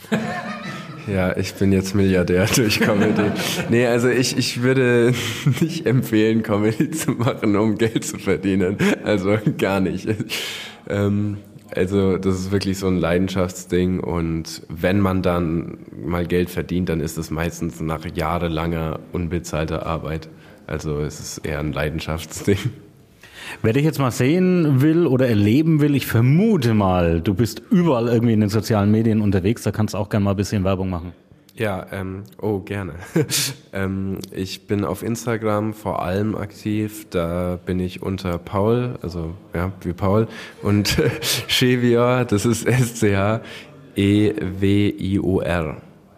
Ja, ich bin jetzt Milliardär durch Comedy. Nee, also ich, ich würde nicht empfehlen, Comedy zu machen, um Geld zu verdienen. Also gar nicht. Ähm, Also das ist wirklich so ein Leidenschaftsding und wenn man dann mal Geld verdient, dann ist es meistens nach jahrelanger unbezahlter Arbeit. Also es ist eher ein Leidenschaftsding. Wer dich jetzt mal sehen will oder erleben will, ich vermute mal, du bist überall irgendwie in den sozialen Medien unterwegs, da kannst du auch gerne mal ein bisschen Werbung machen. Ja, ähm, oh, gerne. ähm, ich bin auf Instagram vor allem aktiv, da bin ich unter Paul, also ja, wie Paul, und Chevior, das ist S C H E W I O R.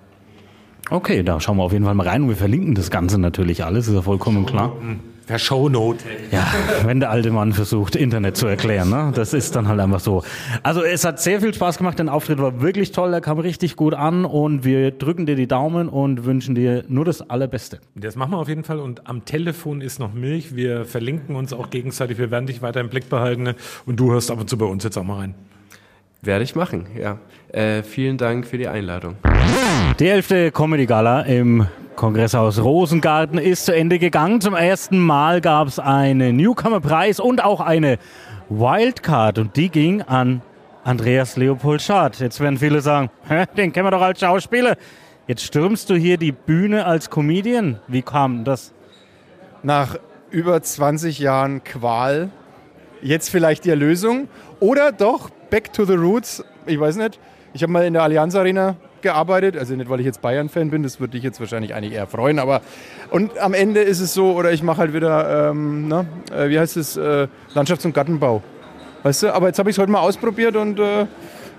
Okay, da schauen wir auf jeden Fall mal rein und wir verlinken das Ganze natürlich alles, ist ja vollkommen klar. Der Shownote. Ja, wenn der alte Mann versucht, Internet zu erklären, ne? Das ist dann halt einfach so. Also es hat sehr viel Spaß gemacht, der Auftritt war wirklich toll, der kam richtig gut an und wir drücken dir die Daumen und wünschen dir nur das Allerbeste. Das machen wir auf jeden Fall und am Telefon ist noch Milch, wir verlinken uns auch gegenseitig, wir werden dich weiter im Blick behalten und du hörst ab und zu bei uns jetzt auch mal rein. Werde ich machen, ja. Äh, vielen Dank für die Einladung. Die elfte Comedy-Gala im Kongresshaus Rosengarten ist zu Ende gegangen. Zum ersten Mal gab es einen Newcomer-Preis und auch eine Wildcard. Und die ging an Andreas Leopold Schad. Jetzt werden viele sagen, hä, den kennen wir doch als Schauspieler. Jetzt stürmst du hier die Bühne als Comedian. Wie kam das? Nach über zwanzig Jahren Qual, jetzt vielleicht die Erlösung. Oder doch back to the roots. Ich weiß nicht. Ich habe mal in der Allianz Arena gearbeitet, also nicht, weil ich jetzt Bayern-Fan bin, das würde dich jetzt wahrscheinlich eigentlich eher freuen, aber und am Ende ist es so, oder ich mache halt wieder, ähm, na, äh, wie heißt es, äh, Landschafts- und Gartenbau, weißt du, aber jetzt habe ich es heute mal ausprobiert und äh,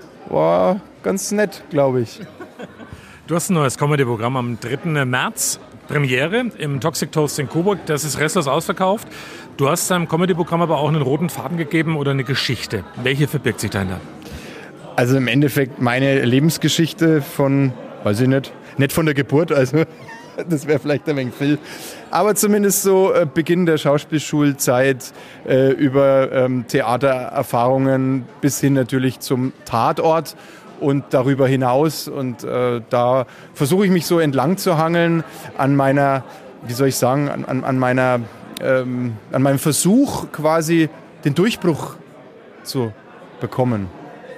war ganz nett, glaube ich. Du hast ein neues Comedy-Programm am dritten März, Premiere im Toxic Toast in Coburg, das ist restlos ausverkauft. Du hast deinem Comedy-Programm aber auch einen roten Faden gegeben oder eine Geschichte. Welche verbirgt sich dahinter? Also im Endeffekt meine Lebensgeschichte von, weiß ich nicht, nicht von der Geburt, also das wäre vielleicht ein wenig viel, aber zumindest so äh, Beginn der Schauspielschulzeit äh, über ähm, Theatererfahrungen bis hin natürlich zum Tatort und darüber hinaus und äh, da versuche ich mich so entlang zu hangeln an meiner, wie soll ich sagen, an, an, an meiner, ähm, an meinem Versuch quasi den Durchbruch zu bekommen.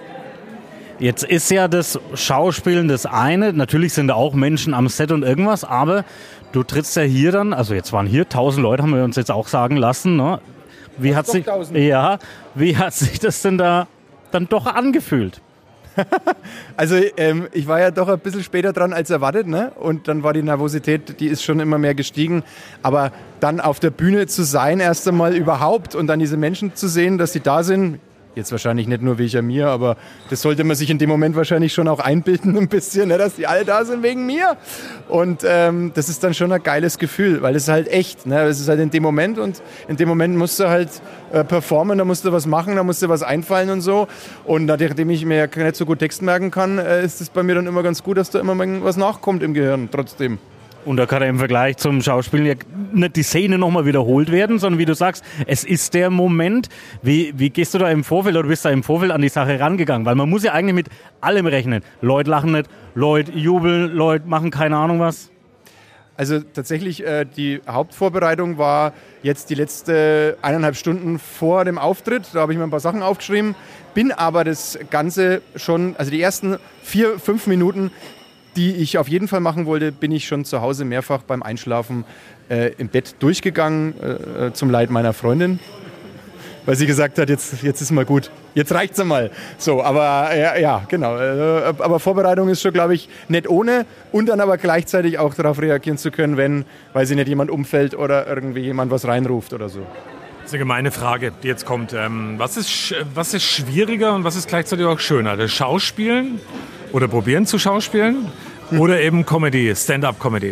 Jetzt ist ja das Schauspielen das eine, natürlich sind da auch Menschen am Set und irgendwas, aber du trittst ja hier dann, also jetzt waren hier tausend Leute, haben wir uns jetzt auch sagen lassen, ne? Wie hat sich, ja, wie hat sich das denn da dann doch angefühlt? Also ähm, ich war ja doch ein bisschen später dran als erwartet, ne? Und dann war die Nervosität, die ist schon immer mehr gestiegen, aber dann auf der Bühne zu sein erst einmal überhaupt und dann diese Menschen zu sehen, dass sie da sind. Jetzt wahrscheinlich nicht nur wegen mir, aber das sollte man sich in dem Moment wahrscheinlich schon auch einbilden ein bisschen, ne, dass die alle da sind wegen mir. Und ähm, das ist dann schon ein geiles Gefühl, weil es ist halt echt. Ne? Es ist halt in dem Moment und in dem Moment musst du halt äh, performen, da musst du was machen, da musst du was einfallen und so. Und nachdem ich mir ja nicht so gut Text merken kann, äh, ist es bei mir dann immer ganz gut, dass da immer mal was nachkommt im Gehirn trotzdem. Und da kann ja im Vergleich zum Schauspielen ja nicht die Szene nochmal wiederholt werden, sondern wie du sagst, es ist der Moment. Wie, wie gehst du da im Vorfeld oder bist du da im Vorfeld an die Sache rangegangen? Weil man muss ja eigentlich mit allem rechnen. Leute lachen nicht, Leute jubeln, Leute machen keine Ahnung was. Also tatsächlich, äh, die Hauptvorbereitung war jetzt die letzte eineinhalb Stunden vor dem Auftritt. Da habe ich mir ein paar Sachen aufgeschrieben, bin aber das Ganze schon, also die ersten vier, fünf Minuten, die ich auf jeden Fall machen wollte, bin ich schon zu Hause mehrfach beim Einschlafen äh, im Bett durchgegangen, äh, zum Leid meiner Freundin, weil sie gesagt hat, jetzt, jetzt ist mal gut, jetzt reicht's einmal. So, aber ja, ja genau. Äh, aber Vorbereitung ist schon, glaube ich, nicht ohne und dann aber gleichzeitig auch darauf reagieren zu können, wenn, weil sie nicht jemand umfällt oder irgendwie jemand was reinruft oder so. Das ist eine gemeine Frage, die jetzt kommt. Ähm, was ist, was ist schwieriger und was ist gleichzeitig auch schöner? Das Schauspielen oder probieren zu schauspielen oder eben Comedy, Stand-up-Comedy?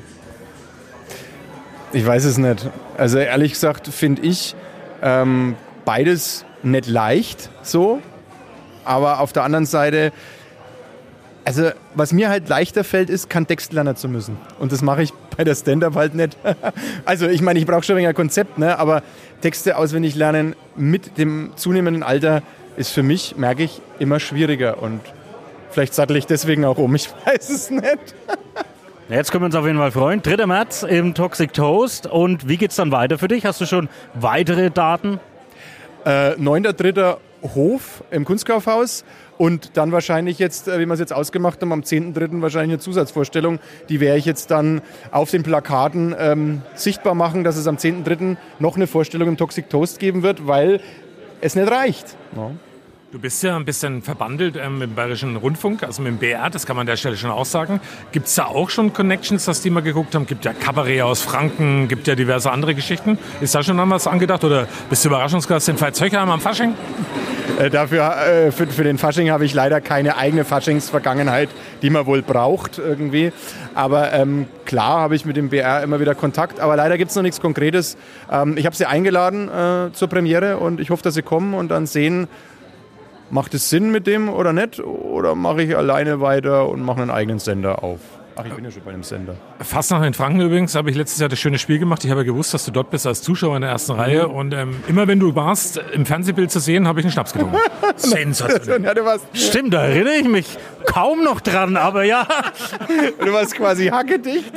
Ich weiß es nicht. Also ehrlich gesagt finde ich ähm, beides nicht leicht so, aber auf der anderen Seite, also was mir halt leichter fällt, ist, keinen Text lernen zu müssen. Und das mache ich bei der Stand-up halt nicht. Also ich meine, ich brauche schon ein Konzept, ne? Aber Texte auswendig lernen mit dem zunehmenden Alter ist für mich, merke ich, immer schwieriger und vielleicht sattel ich deswegen auch um, ich weiß es nicht. Jetzt können wir uns auf jeden Fall freuen. dritter März im Toxic Toast. Und wie geht's dann weiter für dich? Hast du schon weitere Daten? Äh, neunter dritter Hof im Kunstkaufhaus und dann wahrscheinlich jetzt, wie wir es jetzt ausgemacht haben, am zehnten dritten wahrscheinlich eine Zusatzvorstellung. Die werde ich jetzt dann auf den Plakaten ähm, sichtbar machen, dass es am zehnten dritten noch eine Vorstellung im Toxic Toast geben wird, weil es nicht reicht. Ja. Du bist ja ein bisschen verbandelt ähm, mit dem Bayerischen Rundfunk, also mit dem B R, das kann man an der Stelle schon auch sagen. Gibt es da auch schon Connections, dass die mal geguckt haben? Gibt ja Kabarett aus Franken, gibt ja diverse andere Geschichten. Ist da schon an was angedacht oder bist du Überraschungsgast in Veitshöchheim am Fasching? Äh, dafür, äh, für, für den Fasching habe ich leider keine eigene Faschingsvergangenheit, die man wohl braucht irgendwie. Aber ähm, klar habe ich mit dem B R immer wieder Kontakt, aber leider gibt es noch nichts Konkretes. Ähm, ich habe sie eingeladen äh, zur Premiere und ich hoffe, dass sie kommen und dann sehen, macht es Sinn mit dem oder nicht? Oder mache ich alleine weiter und mache einen eigenen Sender auf? Ach, ich bin ja schon bei einem Sender. Fastnacht in Franken übrigens habe ich letztes Jahr das schöne Spiel gemacht. Ich habe ja gewusst, dass du dort bist als Zuschauer in der ersten Reihe. Und ähm, immer wenn du warst, im Fernsehbild zu sehen, habe ich einen Schnaps getrunken. Sensationell. Ja, du warst Stimmt, da erinnere ich mich kaum noch dran, aber ja. Du warst quasi hackedicht.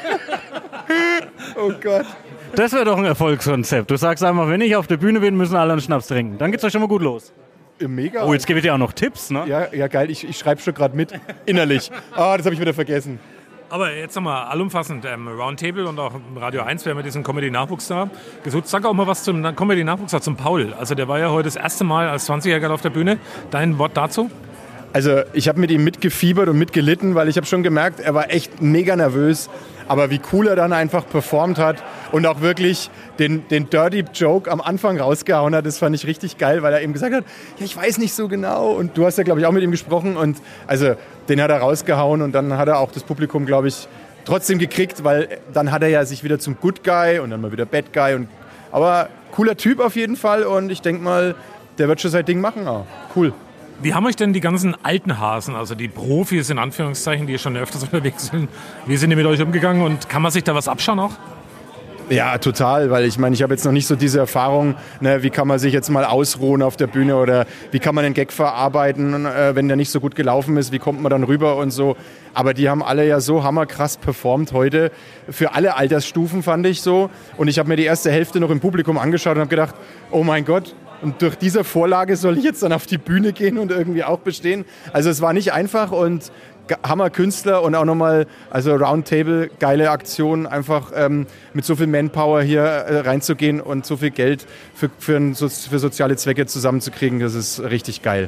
Oh Gott. Das wäre doch ein Erfolgskonzept. Du sagst einfach, wenn ich auf der Bühne bin, müssen alle einen Schnaps trinken. Dann geht's doch schon mal gut los. Mega. Oh, jetzt gebe ich dir auch noch Tipps, ne? Ja, ja geil. Ich, ich schreibe schon gerade mit. Innerlich. Ah, das habe ich wieder vergessen. Aber jetzt nochmal allumfassend, ähm, Roundtable und auch Radio eins, wir haben ja diesen Comedy-Nachwuchs da gesucht. Sag auch mal was zum Comedy-Nachwuchs, zum Paul. Also der war ja heute das erste Mal als zwanzigjähriger auf der Bühne. Dein Wort dazu? Also ich habe mit ihm mitgefiebert und mitgelitten, weil ich habe schon gemerkt, er war echt mega nervös. Aber wie cool er dann einfach performt hat und auch wirklich den, den Dirty Joke am Anfang rausgehauen hat, das fand ich richtig geil, weil er eben gesagt hat, ja, ich weiß nicht so genau. Und du hast ja, glaube ich, auch mit ihm gesprochen. Und also den hat er rausgehauen und dann hat er auch das Publikum, glaube ich, trotzdem gekriegt, weil dann hat er ja sich wieder zum Good Guy und dann mal wieder Bad Guy. Und, aber cooler Typ auf jeden Fall und ich denke mal, der wird schon sein Ding machen. Auch. Cool. Wie haben euch denn die ganzen alten Hasen, also die Profis in Anführungszeichen, die schon öfters unterwegs sind, wie sind die mit euch umgegangen und kann man sich da was abschauen auch? Ja, total, weil ich meine, ich habe jetzt noch nicht so diese Erfahrung, ne, wie kann man sich jetzt mal ausruhen auf der Bühne oder wie kann man einen Gag verarbeiten, äh, wenn der nicht so gut gelaufen ist, wie kommt man dann rüber und so. Aber die haben alle ja so hammerkrass performt heute, für alle Altersstufen fand ich so. Und ich habe mir die erste Hälfte noch im Publikum angeschaut und habe gedacht, oh mein Gott, und durch diese Vorlage soll ich jetzt dann auf die Bühne gehen und irgendwie auch bestehen. Also es war nicht einfach und Hammerkünstler und auch nochmal, also Roundtable, geile Aktion, einfach ähm, mit so viel Manpower hier äh, reinzugehen und so viel Geld für, für, ein, so, für soziale Zwecke zusammenzukriegen, das ist richtig geil.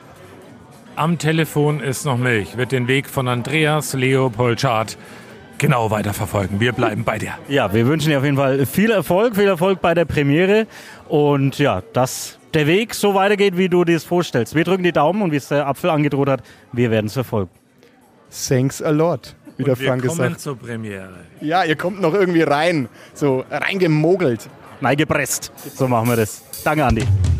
Am Telefon ist noch Milch, wird den Weg von Andreas Leopoldschardt genau weiterverfolgen. Wir bleiben bei dir. Ja, wir wünschen dir auf jeden Fall viel Erfolg, viel Erfolg bei der Premiere und ja, dass der Weg so weitergeht, wie du dir es vorstellst. Wir drücken die Daumen und wie es der Apfel angedroht hat, wir werden es verfolgen. Thanks a lot, wie der Frank gesagt hat. Wir kommen zur Premiere. Ja, ihr kommt noch irgendwie rein, so reingemogelt. Reingepresst. So machen wir das. Danke, Andi.